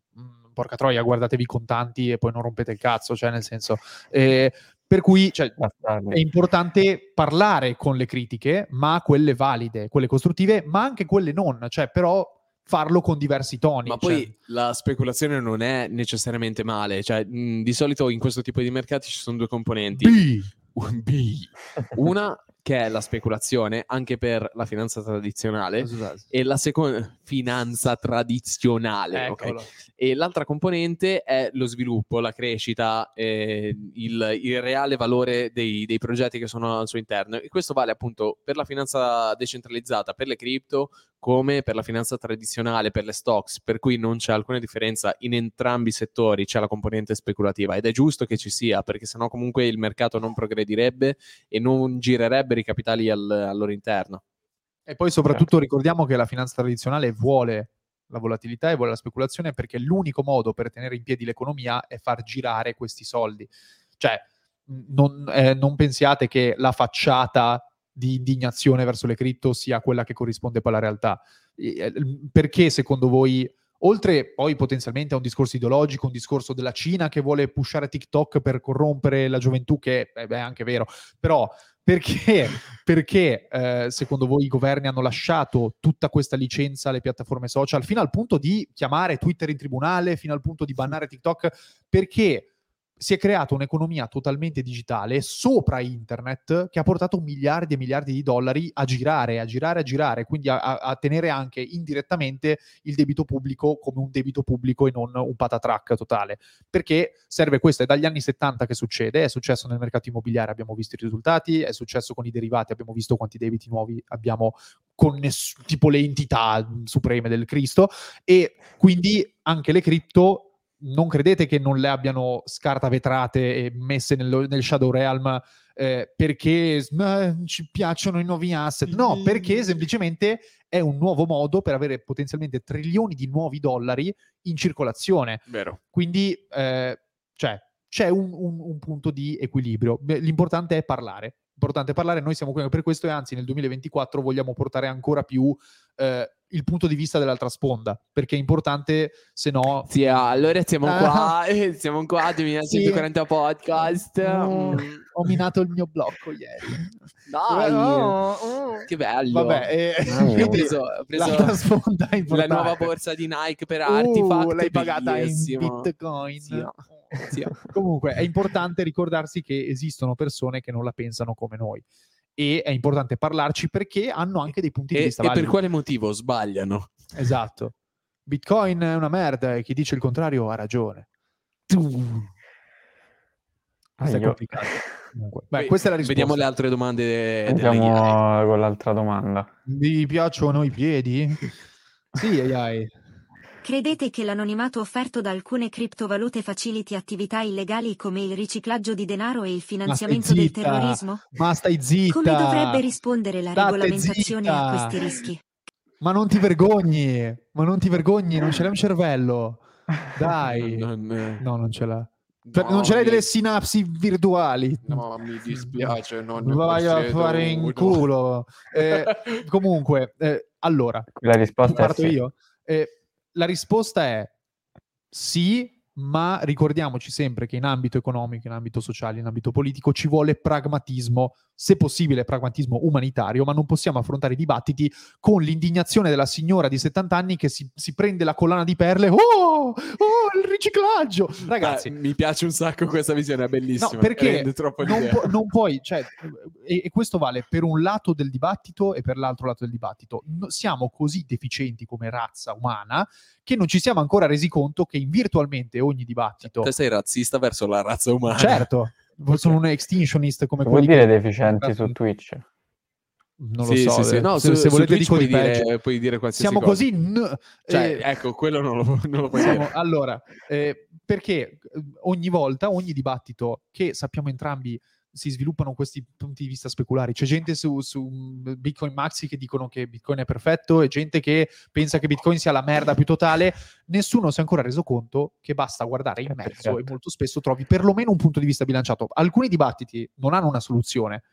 B: porca troia, guardatevi i contanti e poi non rompete il cazzo, cioè nel senso... Eh, per cui cioè, è importante parlare con le critiche, ma quelle valide, quelle costruttive, ma anche quelle non, cioè però farlo con diversi toni.
C: Ma
B: cioè...
C: poi la speculazione non è necessariamente male, cioè mh, di solito in questo tipo di mercati ci sono due componenti.
B: B.
C: B. Una che è la speculazione anche per la finanza tradizionale e la seconda finanza tradizionale, okay? E l'altra componente è lo sviluppo, la crescita, eh, il, il reale valore dei, dei progetti che sono al suo interno, e questo vale appunto per la finanza decentralizzata, per le cripto, come per la finanza tradizionale, per le stocks, per cui non c'è alcuna differenza in entrambi i settori, c'è la componente speculativa, ed è giusto che ci sia, perché sennò comunque il mercato non progredirebbe e non girerebbero i capitali al, al loro interno.
B: E poi soprattutto ricordiamo che la finanza tradizionale vuole la volatilità e vuole la speculazione, perché l'unico modo per tenere in piedi l'economia è far girare questi soldi. Cioè, non, eh, non pensiate che la facciata di indignazione verso le cripto sia quella che corrisponde poi alla realtà. Eh, perché secondo voi, oltre poi potenzialmente a un discorso ideologico, un discorso della Cina che vuole pushare TikTok per corrompere la gioventù, che eh, è anche vero, però perché, perché eh, secondo voi i governi hanno lasciato tutta questa licenza alle piattaforme social fino al punto di chiamare Twitter in tribunale, fino al punto di bannare TikTok? Perché si è creata un'economia totalmente digitale sopra internet che ha portato miliardi e miliardi di dollari a girare, a girare, a girare, quindi a, a tenere anche indirettamente il debito pubblico come un debito pubblico e non un patatrack totale. Perché serve questo, è dagli anni settanta che succede, è successo nel mercato immobiliare, abbiamo visto i risultati, è successo con i derivati, abbiamo visto quanti debiti nuovi abbiamo con ness- tipo le entità supreme del Cristo, e quindi anche le cripto non credete che non le abbiano scartavetrate e messe nel, nel Shadow Realm eh, perché eh, ci piacciono i nuovi asset. No, perché semplicemente è un nuovo modo per avere potenzialmente trilioni di nuovi dollari in circolazione.
C: Vero.
B: Quindi eh, cioè, c'è un, un, un punto di equilibrio. L'importante è parlare. Importante parlare, noi siamo qui per questo, e anzi nel duemilaventiquattro vogliamo portare ancora più eh, il punto di vista dell'altra sponda, perché è importante, se no...
C: Sì, allora siamo
B: Ah.
C: qua, eh, siamo qua, duemilacentoquaranta
B: Sì.
C: podcast.
B: Oh,
C: Mm.
B: ho minato il mio blocco ieri.
C: Dai,
B: Oh, oh.
C: che bello.
B: Vabbè, eh,
E: Ah,
C: Ho
B: quindi
C: preso, ho preso
B: l'altra sponda è
C: la
B: importante.
C: nuova borsa di Nike per
B: Uh,
C: Artifact.
B: l'hai pagata in
C: bellissimo.
B: Bitcoin.
C: Sì, no. Sì.
B: Comunque è importante ricordarsi che esistono persone che non la pensano come noi, e è importante parlarci perché hanno anche dei punti di
C: E,
B: vista
C: e
B: validi.
C: per quale motivo sbagliano?
B: Esatto. Bitcoin è una merda e chi dice il contrario ha ragione. Questo è
E: io-
B: complicato. Comunque. Beh,
C: Beh,
B: questa è la risposta.
C: Vediamo le altre domande delle A I.
E: Andiamo con l'altra domanda.
B: Vi piacciono i piedi? Sì, A I.
D: Credete che l'anonimato offerto da alcune criptovalute faciliti attività illegali come il riciclaggio di denaro e il
B: Ma stai
D: finanziamento del
B: zitta.
D: terrorismo?
B: Ma stai zitta.
D: Come dovrebbe rispondere la
B: State
D: regolamentazione
B: zitta.
D: a questi rischi?
B: Ma non ti vergogni, ma non ti vergogni, non ce l'hai un cervello. Dai.
C: Non- non-
B: No, non ce l'ha. Per-
C: No,
B: non ce l'hai
C: mi-
B: delle sinapsi virtuali.
C: No, mi dispiace, non ne
B: Vai a
C: possiedo
B: fare in
C: uno.
B: culo. Eh, comunque, eh, allora,
E: La risposta è
B: parto
E: sì.
B: io. Eh, la risposta è sì, ma ricordiamoci sempre che in ambito economico, in ambito sociale, in ambito politico ci vuole pragmatismo, se possibile pragmatismo umanitario, ma non possiamo affrontare i dibattiti con l'indignazione della signora di settanta anni che si, si prende la collana di perle. Oh, oh, il riciclaggio! Ragazzi,
C: Eh, mi piace un sacco questa visione, è bellissima.
B: no, perché
C: Rende troppo
B: non,
C: l'idea.
B: pu- non puoi, cioè, e, e questo vale per un lato del dibattito e per l'altro lato del dibattito. No- siamo così deficienti come razza umana che non ci siamo ancora resi conto che in virtualmente ogni dibattito,
C: Te sei razzista verso la razza umana.
B: certo, sono un extinctionist come
E: Vuol
B: quelli
E: dire
B: che-
E: deficienti su Twitch?
B: non lo
C: Sì,
B: so,
C: sì, sì.
B: eh,
C: No,
B: se,
C: su-
B: se
C: su
B: volete
C: Twitch
B: dico di
C: puoi
B: peggio.
C: dire, puoi dire qualsiasi
B: Siamo
C: cosa.
B: così n-
C: Cioè,
B: eh,
C: ecco, quello non lo, non lo puoi
B: Siamo-
C: dire.
B: allora, eh, perché eh, ogni volta, ogni dibattito che sappiamo entrambi si sviluppano questi punti di vista speculari. C'è gente su, su Bitcoin Maxi che dicono che Bitcoin è perfetto e gente che pensa che Bitcoin sia la merda più totale. Nessuno si è ancora reso conto che basta guardare in
E: È
B: mezzo e
E: perfetto.
B: molto spesso trovi perlomeno un punto di vista bilanciato. Alcuni dibattiti non hanno una soluzione,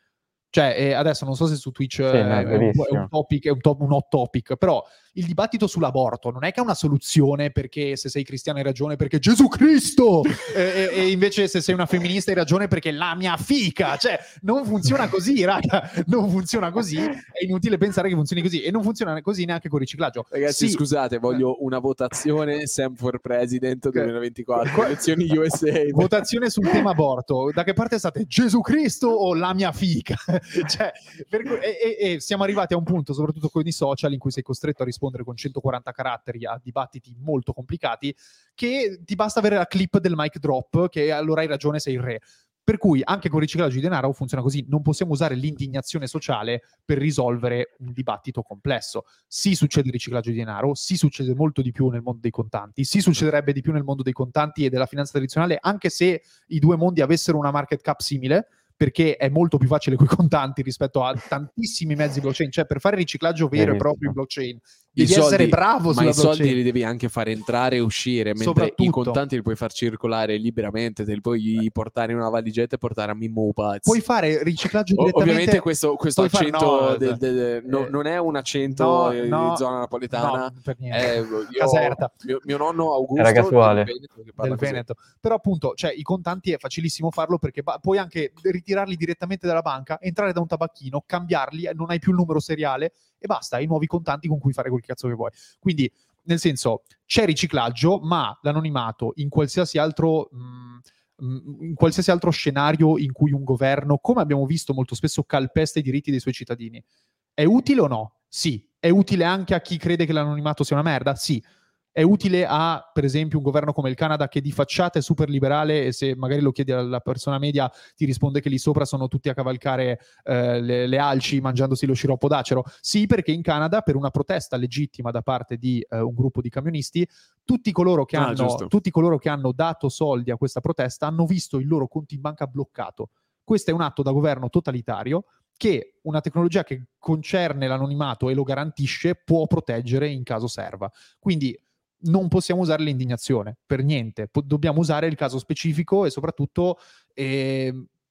B: Cioè, eh, adesso non so se su Twitch
E: Sì, no,
B: eh, è, un, è un
E: verissimo.
B: topic, è un, top, un hot topic, però il dibattito sull'aborto non è che è una soluzione perché se sei cristiano hai ragione perché Gesù Cristo e, e invece se sei una femminista hai ragione perché la mia fica, cioè non funziona così, raga, non funziona così, è inutile pensare che funzioni così e non funziona così neanche con il riciclaggio.
C: Ragazzi,
B: Sì.
C: scusate, voglio una votazione Sam for President duemilaventiquattro,
B: Qua-
C: elezioni U S A.
B: Votazione sul tema aborto. Da che parte state? Gesù Cristo o la mia fica? Cioè, per cui- e, e- e siamo arrivati a un punto, soprattutto con i social, in cui sei costretto a rispondere con centoquaranta caratteri a dibattiti molto complicati, che ti basta avere la clip del mic drop, che allora hai ragione, sei il re. Per cui anche con il riciclaggio di denaro funziona così, non possiamo usare l'indignazione sociale per risolvere un dibattito complesso. Sì succede il riciclaggio di denaro, sì succede molto di più nel mondo dei contanti, sì succederebbe di più nel mondo dei contanti e della finanza tradizionale, anche se i due mondi avessero una market cap simile, perché è molto più facile coi contanti rispetto a tantissimi mezzi blockchain. Cioè, per fare riciclaggio vero e proprio in blockchain devi
C: I
B: essere
C: soldi-
B: bravo
C: ma
B: sulla
C: i soldi
B: blockchain.
C: li devi anche fare entrare e uscire, mentre
B: Soprattutto.
C: i contanti li puoi far circolare liberamente, te li puoi portare in una valigetta e portare a Mimmo Upaz.
B: Puoi fare riciclaggio
C: O-
B: direttamente.
C: ovviamente questo, questo
B: puoi fare-
C: accento
B: no,
C: del- del- no-
B: eh,
C: non è un accento
B: no,
C: eh,
B: no,
C: di zona napoletana.
B: no, per niente.
C: È- io-
B: Caserta.
C: mio, mio nonno Augusto
E: Era casuale.
C: del Veneto, che parla
B: Del
C: così.
B: Veneto. Però appunto, cioè, i contanti è facilissimo farlo perché ba- puoi anche ritirarli direttamente dalla banca, entrare da un tabacchino, cambiarli, non hai più il numero seriale e basta, hai nuovi contanti con cui fare quel cazzo che vuoi. Quindi, nel senso, c'è riciclaggio, ma l'anonimato in qualsiasi altro mh, mh, in qualsiasi altro scenario in cui un governo, come abbiamo visto molto spesso, calpesta i diritti dei suoi cittadini, è utile o no? Sì. È utile anche a chi crede che l'anonimato sia una merda? Sì. È utile a, per esempio, un governo come il Canada che di facciata è super liberale e se magari lo chiedi alla persona media ti risponde che lì sopra sono tutti a cavalcare eh, le, le alci mangiandosi lo sciroppo d'acero? Sì, perché in Canada, per una protesta legittima da parte di eh, un gruppo di camionisti, tutti coloro, che
C: Ah,
B: hanno,
C: giusto.
B: tutti coloro che hanno dato soldi a questa protesta hanno visto il loro conto in banca bloccato. Questo è un atto da governo totalitario che una tecnologia che concerne l'anonimato e lo garantisce può proteggere in caso serva. Quindi non possiamo usare l'indignazione per niente, Po- dobbiamo usare il caso specifico e soprattutto eh,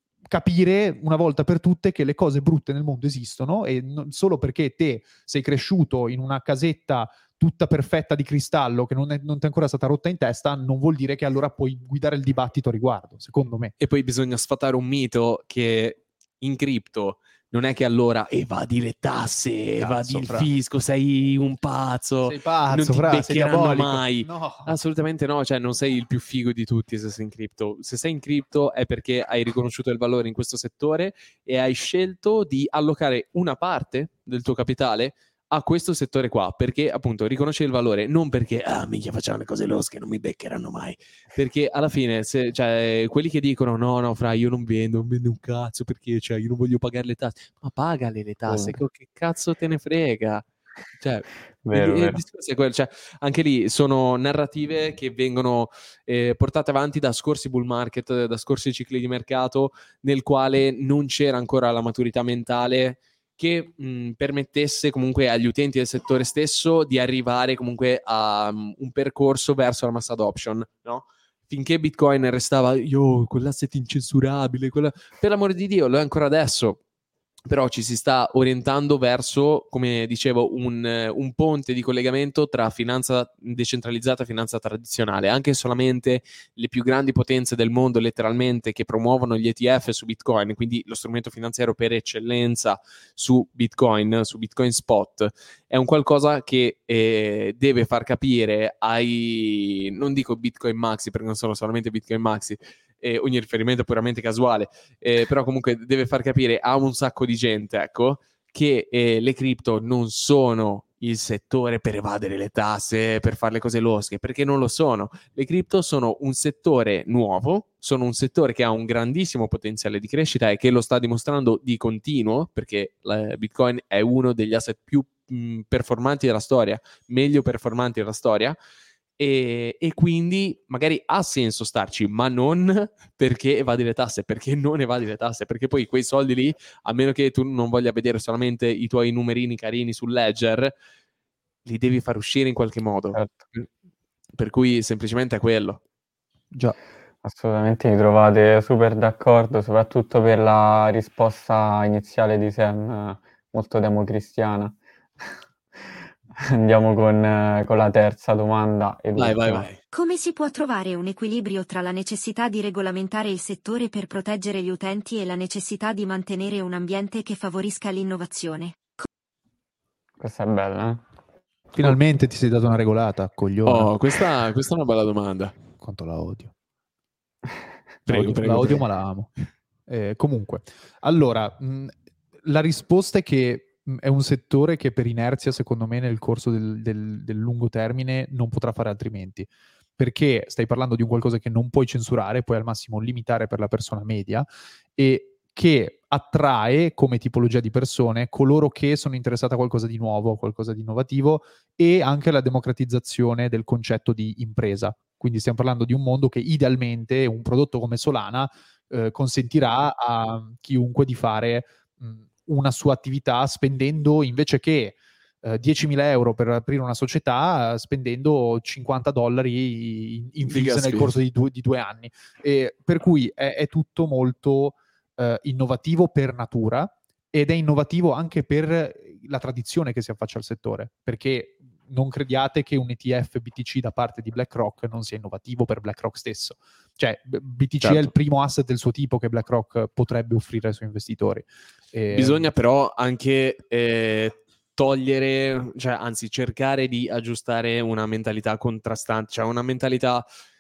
B: capire una volta per tutte che le cose brutte nel mondo esistono e non solo perché te sei cresciuto in una casetta tutta perfetta di cristallo che non è, non ti è ancora stata rotta in testa, non vuol dire che allora puoi guidare il dibattito a riguardo, secondo me.
C: E poi bisogna sfatare un mito che in cripto non è che allora evadi le tasse,
B: Cazzo,
C: evadi il
B: fra.
C: fisco, sei un pazzo,
B: Sei pazzo,
C: non ti
B: fra, sei
C: beccheranno
B: diabolico.
C: mai.
B: No.
C: Assolutamente no, cioè non sei il più figo di tutti se sei in cripto. Se sei in cripto è perché hai riconosciuto il valore in questo settore e hai scelto di allocare una parte del tuo capitale a questo settore qua, perché appunto riconosce il valore, non perché ah minchia facciamo le cose losche, non mi beccheranno mai, perché alla fine se, cioè, quelli che dicono no no fra io non vendo, non vendo un cazzo perché cioè, io non voglio pagare le tasse, ma pagale le tasse,
E: Mm.
C: che cazzo te ne frega, cioè
E: Vero,
C: il, il
E: vero.
C: discorso è quello, cioè, anche lì sono narrative che vengono eh, portate avanti da scorsi bull market, da scorsi cicli di mercato nel quale non c'era ancora la maturità mentale che mh, permettesse comunque agli utenti del settore stesso di arrivare comunque a um, un percorso verso la mass adoption, no? Finché Bitcoin restava io quell'asset incensurabile, quella... per l'amore di Dio lo è ancora adesso, però ci si sta orientando verso, come dicevo, un, un ponte di collegamento tra finanza decentralizzata e finanza tradizionale. Anche solamente le più grandi potenze del mondo, letteralmente, che promuovono gli E T F su Bitcoin, quindi lo strumento finanziario per eccellenza su Bitcoin, su Bitcoin Spot, è un qualcosa che eh, deve far capire ai, non dico Bitcoin Maxi, perché non sono solamente Bitcoin Maxi, eh, ogni riferimento è puramente casuale, eh, però comunque deve far capire a un sacco di gente, ecco, che eh, le cripto non sono il settore per evadere le tasse, per fare le cose losche, perché non lo sono. Le cripto sono un settore nuovo, sono un settore che ha un grandissimo potenziale di crescita e che lo sta dimostrando di continuo, perché la Bitcoin è uno degli asset più mh, performanti della storia, meglio performanti della storia, e, e quindi magari ha senso starci, ma non perché evadi le tasse, perché non evadi le tasse, perché poi quei soldi lì, a meno che tu non voglia vedere solamente i tuoi numerini carini sul ledger, li devi far uscire in qualche modo.
E: Certo.
C: Per cui semplicemente è quello.
B: Già.
E: Assolutamente mi trovate super d'accordo, soprattutto per la risposta iniziale di Sam, eh, molto democristiana. Andiamo con, eh, con la terza domanda ed
C: Vai, vai,
E: ultima.
C: vai.
D: Come si può trovare un equilibrio tra la necessità di regolamentare il settore per proteggere gli utenti e la necessità di mantenere un ambiente che favorisca l'innovazione?
E: Questa è bella, eh?
B: Finalmente ti sei dato una regolata, coglione.
C: Oh, questa, questa è una bella domanda.
B: Quanto la odio.
C: Prego,
B: la odio,
C: prego,
B: la odio
C: prego.
B: ma la amo. Eh, comunque, allora, mh, la risposta è che mh, è un settore che per inerzia, secondo me, nel corso del, del- del lungo termine non potrà fare altrimenti. Perché stai parlando di un qualcosa che non puoi censurare, puoi al massimo limitare per la persona media e che attrae come tipologia di persone coloro che sono interessati a qualcosa di nuovo, qualcosa di innovativo e anche la democratizzazione del concetto di impresa. Quindi stiamo parlando di un mondo che idealmente un prodotto come Solana eh, consentirà a chiunque di fare mh, una sua attività spendendo invece che eh, diecimila euro per aprire una società, eh, spendendo cinquanta dollari in, in
C: Di
B: fees
C: gas
B: nel
C: fee.
B: corso di due, di due anni. E per cui è, è tutto molto eh, innovativo per natura ed è innovativo anche per la tradizione che si affaccia al settore, perché non crediate che un E T F B T C da parte di BlackRock non sia innovativo per BlackRock stesso. Cioè, B T C
C: Certo.
B: è il primo asset del suo tipo che BlackRock potrebbe offrire ai suoi investitori. E,
C: Bisogna però anche eh, togliere, cioè anzi cercare di aggiustare una mentalità contrastante, cioè una mentalità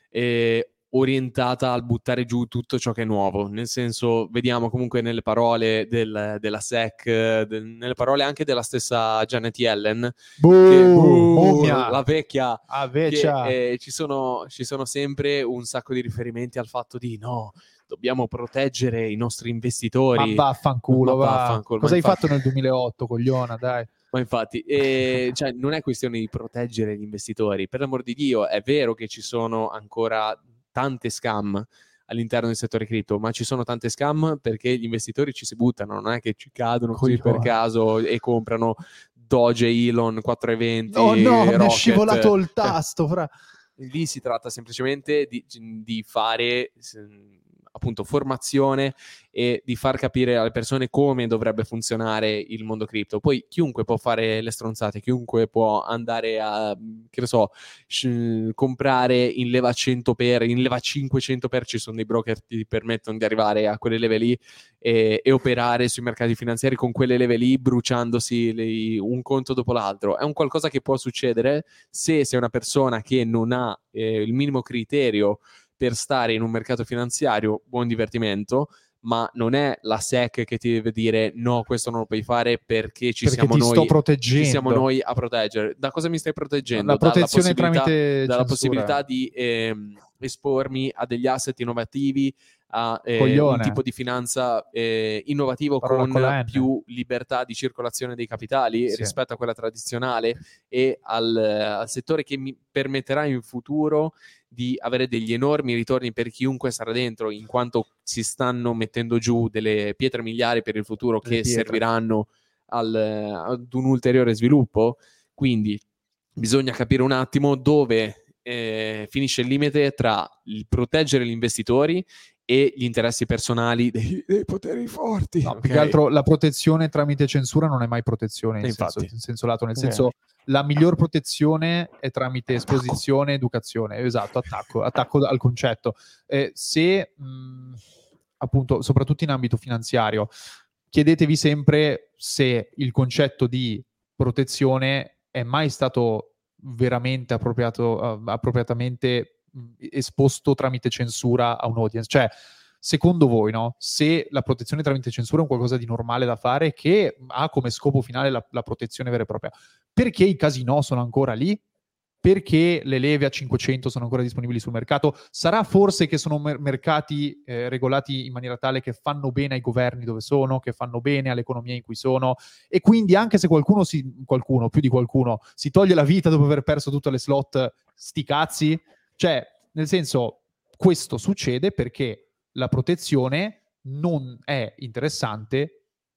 C: eh, orientata al buttare giù tutto ciò che è nuovo. Nel senso, vediamo comunque nelle parole del- della S E C, eh, del- nelle parole anche della stessa Janet Yellen,
B: Buh,
C: che, buh,
B: mummia!
C: la vecchia,
B: Ah,
C: che
B: vecchia!
C: eh, ci sono, ci sono sempre un sacco di riferimenti al fatto di no, dobbiamo proteggere i nostri
B: Ma
C: investitori.
B: vaffanculo,
C: Ma
B: va.
C: vaffanculo,
B: Cosa
C: ma
B: hai
C: infatti-
B: fatto nel duemilaotto, cogliona, dai?
C: Ma infatti, eh, cioè, non è questione di proteggere gli investitori. Per l'amor di Dio, è vero che ci sono ancora tante scam all'interno del settore cripto, ma ci sono tante scam perché gli investitori ci si buttano, non è che ci cadono così per
B: Coglione.
C: caso e comprano Doge, Elon, quattrocentoventi,
B: Oh no, mi è
C: Rocket.
B: scivolato il
C: Cioè,
B: tasto, fra.
C: lì si tratta semplicemente di, di fare s- appunto formazione e di far capire alle persone come dovrebbe funzionare il mondo cripto. Poi chiunque può fare le stronzate, chiunque può andare a, che ne so, sc- comprare in leva cento per, in leva cinquecento per, ci sono dei broker che ti permettono di arrivare a quelle leve lì e, e operare sui mercati finanziari con quelle leve lì, bruciandosi le- un conto dopo l'altro. È un qualcosa che può succedere se sei una persona che non ha eh, il minimo criterio per stare in un mercato finanziario. Buon divertimento, ma non è la S E C che ti deve dire no, questo non lo puoi fare perché ci
B: Perché
C: siamo
B: ti
C: noi,
B: sto
C: ci
B: proteggendo.
C: siamo noi a proteggere. Da cosa mi stai proteggendo?
B: La protezione
C: dalla possibilità,
B: tramite
C: dalla
B: censura.
C: possibilità di ehm, espormi a degli asset innovativi, a eh, un
B: Coglione.
C: tipo di finanza eh, innovativo
B: Parola
C: con
B: con la N.
C: più libertà di circolazione dei capitali
B: Sì.
C: rispetto a quella tradizionale e al, al settore che mi permetterà in futuro di avere degli enormi ritorni per chiunque sarà dentro, in quanto si stanno mettendo giù delle pietre miliari per il futuro
B: Delle
C: che
B: pietre.
C: serviranno al, ad un ulteriore sviluppo. Quindi bisogna capire un attimo dove eh, finisce il limite tra il proteggere gli investitori e gli interessi personali dei, dei poteri forti.
B: No,
C: ok?
B: più che altro la protezione tramite censura non è mai protezione in,
C: E
B: senso,
C: infatti.
B: in senso lato, nel
E: Vero.
B: senso la miglior protezione è tramite esposizione, educazione, esatto, attacco, attacco al concetto. Eh, se mh, appunto, soprattutto in ambito finanziario, chiedetevi sempre se il concetto di protezione è mai stato veramente appropriato, uh, appropriatamente mh, esposto tramite censura a un audience. Cioè, secondo voi, no? Se la protezione tramite censura è un qualcosa di normale da fare che ha come scopo finale la, la protezione vera e propria, perché i casinò sono ancora lì? Perché le leve a cinquecento sono ancora disponibili sul mercato? Sarà forse che sono mer- mercati eh, regolati in maniera tale che fanno bene ai governi dove sono, che fanno bene all'economia in cui sono, e quindi anche se qualcuno, si, qualcuno più di qualcuno, si toglie la vita dopo aver perso tutte le slot, sti cazzi? Cioè, nel senso, questo succede perché la protezione non è interessante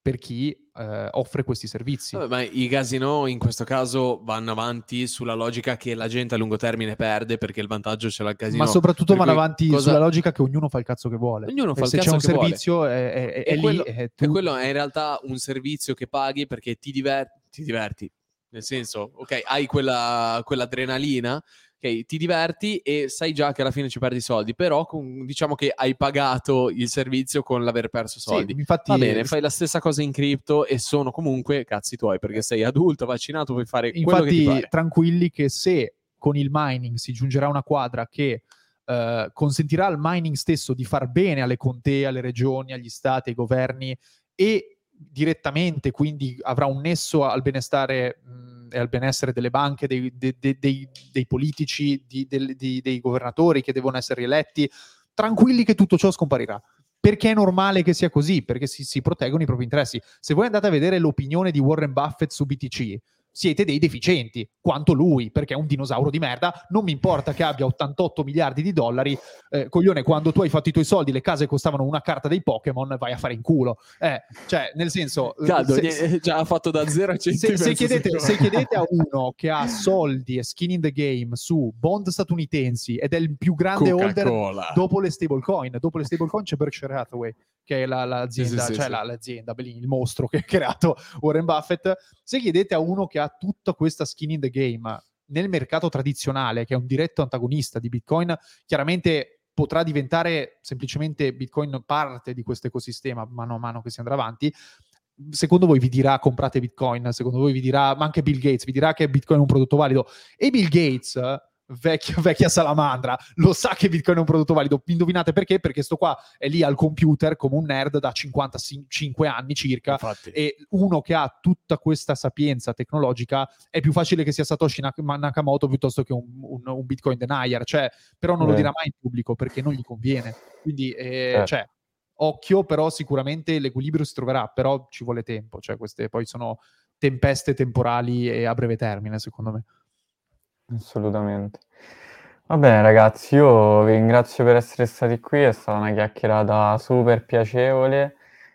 B: per chi eh, offre questi servizi.
C: Vabbè, ma i casino in questo caso vanno avanti sulla logica che la gente a lungo termine perde perché il vantaggio ce l'ha il casino.
B: Ma soprattutto
C: Per
B: vanno
C: cui
B: avanti
C: cosa-
B: sulla logica che ognuno fa il cazzo che vuole.
C: Ognuno fa
B: E
C: il
B: se
C: cazzo
B: c'è un
C: che vuole.
B: servizio è, è- è
C: E
B: lì
C: quello,
B: e tu-
C: e quello è in realtà un servizio che paghi perché ti, diver- ti diverti. Nel senso, ok, hai quella, quell'adrenalina, ok, ti diverti e sai già che alla fine ci perdi soldi, però con- diciamo che hai pagato il servizio con l'aver perso soldi.
B: Sì, infatti
C: Va bene, fai la stessa cosa in cripto e sono comunque cazzi tuoi perché sei adulto, vaccinato, puoi fare quello che ti
B: Infatti,
C: pare.
B: tranquilli che se con il mining si giungerà a una quadra che eh, consentirà al mining stesso di far bene alle contee, alle regioni, agli stati, ai governi e direttamente quindi avrà un nesso al benestare mh, e al benessere delle banche, dei, de- de- dei- dei politici, di- del- di- dei governatori che devono essere rieletti, tranquilli che tutto ciò scomparirà. Perché è normale che sia così? Perché si, si proteggono i propri interessi. Se voi andate a vedere l'opinione di Warren Buffett su B T C, siete dei deficienti, quanto lui, perché è un dinosauro di merda. Non mi importa che abbia ottantotto miliardi di dollari, eh, coglione, quando tu hai fatto i tuoi soldi, le case costavano una carta dei Pokémon, vai a fare in culo. Eh, cioè, nel senso... eh,
C: Caldo,
B: se-
C: nie- già ha fatto da zero a cento.
B: se, se chiedete, se chiedete a uno che ha soldi e skin in the game su bond statunitensi ed è il più grande holder
C: Coca-Cola.
B: dopo le stablecoin, dopo le stablecoin c'è Berkshire Hathaway, che è la- l'azienda,
C: Sì, sì, sì,
B: cioè
C: sì.
B: la- l'azienda, belli- il mostro che ha creato Warren Buffett. Se chiedete a uno che ha tutta questa skin in the game nel mercato tradizionale, che è un diretto antagonista di Bitcoin, chiaramente potrà diventare semplicemente Bitcoin parte di questo ecosistema mano a mano che si andrà avanti. Secondo voi vi dirà comprate Bitcoin? Secondo voi vi dirà, ma anche Bill Gates vi dirà che Bitcoin è un prodotto valido? E Bill Gates, vecchia, vecchia salamandra, lo sa che Bitcoin è un prodotto valido. Indovinate perché? Perché sto qua è lì al computer come un nerd da cinquantacinque anni circa,
C: Infatti.
B: e uno che ha tutta questa sapienza tecnologica è più facile che sia Satoshi Nak- Nakamoto piuttosto che un, un- un Bitcoin denier, cioè, però non lo
E: Beh.
B: dirà mai in pubblico perché non gli conviene. Quindi, eh,
E: Certo.
B: cioè, occhio, però sicuramente l'equilibrio si troverà, però ci vuole tempo, cioè queste poi sono tempeste temporali e a breve termine, secondo me.
E: Assolutamente. Va bene ragazzi, io vi ringrazio per essere stati qui, è stata una chiacchierata super piacevole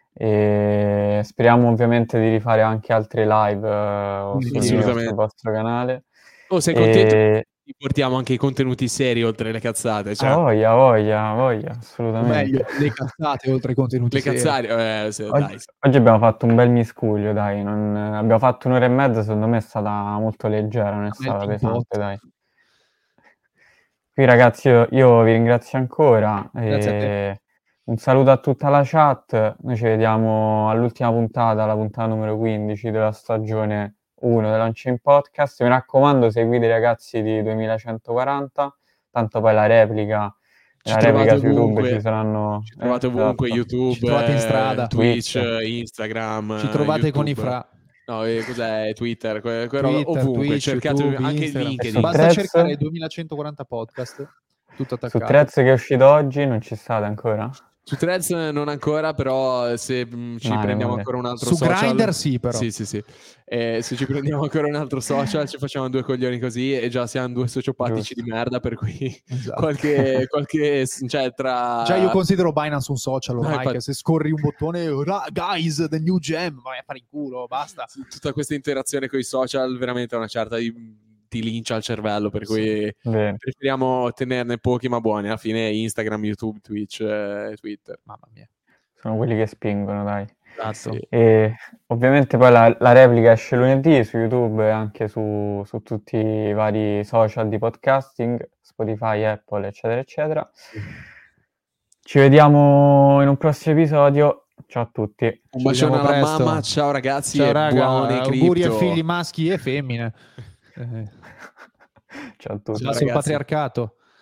E: e speriamo ovviamente di rifare anche altre live eh, o
B: Sì,
E: sul,
C: assolutamente.
E: sul vostro canale.
C: Oh, sei contento?
E: E...
C: Ti portiamo anche i contenuti seri oltre le cazzate. Cioè,
E: Ah, voglia, voglia, voglia,
B: O
E: assolutamente.
B: meglio, le cazzate oltre ai contenuti
C: le
B: seri.
C: cazzate, eh, se-
E: Oggi,
C: dai.
E: oggi abbiamo fatto un bel miscuglio, dai, non- abbiamo fatto un'ora e mezza, secondo me è stata molto leggera, non è stata
B: melting
E: pesante,
B: pot.
E: dai. Qui ragazzi io, io vi ringrazio ancora,
B: Grazie a te.
E: e un saluto a tutta la chat, noi ci vediamo all'ultima puntata, la puntata numero quindici della stagione uno dell'On-Chain Podcast. Mi raccomando, seguite i ragazzi di duemilacentoquaranta, tanto poi la replica,
C: Ci
E: la
C: trovate
E: replica su YouTube
C: ovunque.
E: ci saranno...
C: Ci trovate
E: eh,
C: ovunque,
E: esatto.
C: YouTube,
B: Ci trovate in
C: eh,
B: strada.
C: Twitch,
E: Twitch.
C: Instagram,
B: Ci trovate con i
C: YouTube.
B: fra
C: No, eh, cos'è? Twitter, que- que- roba-
B: Twitter,
C: ovunque,
B: Twitch,
C: cercate
B: YouTube,
C: anche
B: Instagram.
C: LinkedIn.
E: Su
B: Basta
E: Threads?
B: cercare duemilacentoquaranta podcast, tutto
E: Su
B: attaccato.
E: Threads che è uscito oggi non ci state ancora?
C: Su Threads non ancora, però se mh, ci
E: Male,
C: prendiamo
E: male.
C: ancora un altro
B: Su
C: social...
B: Grindr sì, però.
C: Sì, sì, sì. Eh, se ci prendiamo ancora un altro social ci facciamo due coglioni così e già siamo due sociopatici
E: Giusto.
C: di merda, per cui
B: Esatto.
C: qualche, qualche... cioè tra...
B: Già io considero Binance un social ormai,
C: No, infatti-
B: che se scorri un bottone, "Ra- guys, the new gem", vai a fare in culo, basta.
C: tutta questa interazione con i social veramente una certa di... ti lincia al cervello, per cui
E: Bene.
C: preferiamo tenerne pochi ma buoni. Alla fine Instagram, YouTube, Twitch, eh, Twitter.
B: Mamma mia.
E: Sono quelli che spingono, dai.
B: Esatto.
C: Sì.
E: E ovviamente poi la, la replica esce lunedì su YouTube e anche su, su tutti i vari social di podcasting, Spotify, Apple, eccetera, eccetera. Ci vediamo in un prossimo episodio. Ciao a tutti.
C: Un
B: Ci
C: bacione
B: vediamo
C: alla
B: presto.
C: mamma, ciao ragazzi
B: Ciao
C: e
B: raga,
C: buoni
B: auguri a
C: cripto.
B: figli maschi e femmine. Eh,
E: Ciao a tutti.
B: Ciao sul
C: ragazzi.
B: patriarcato.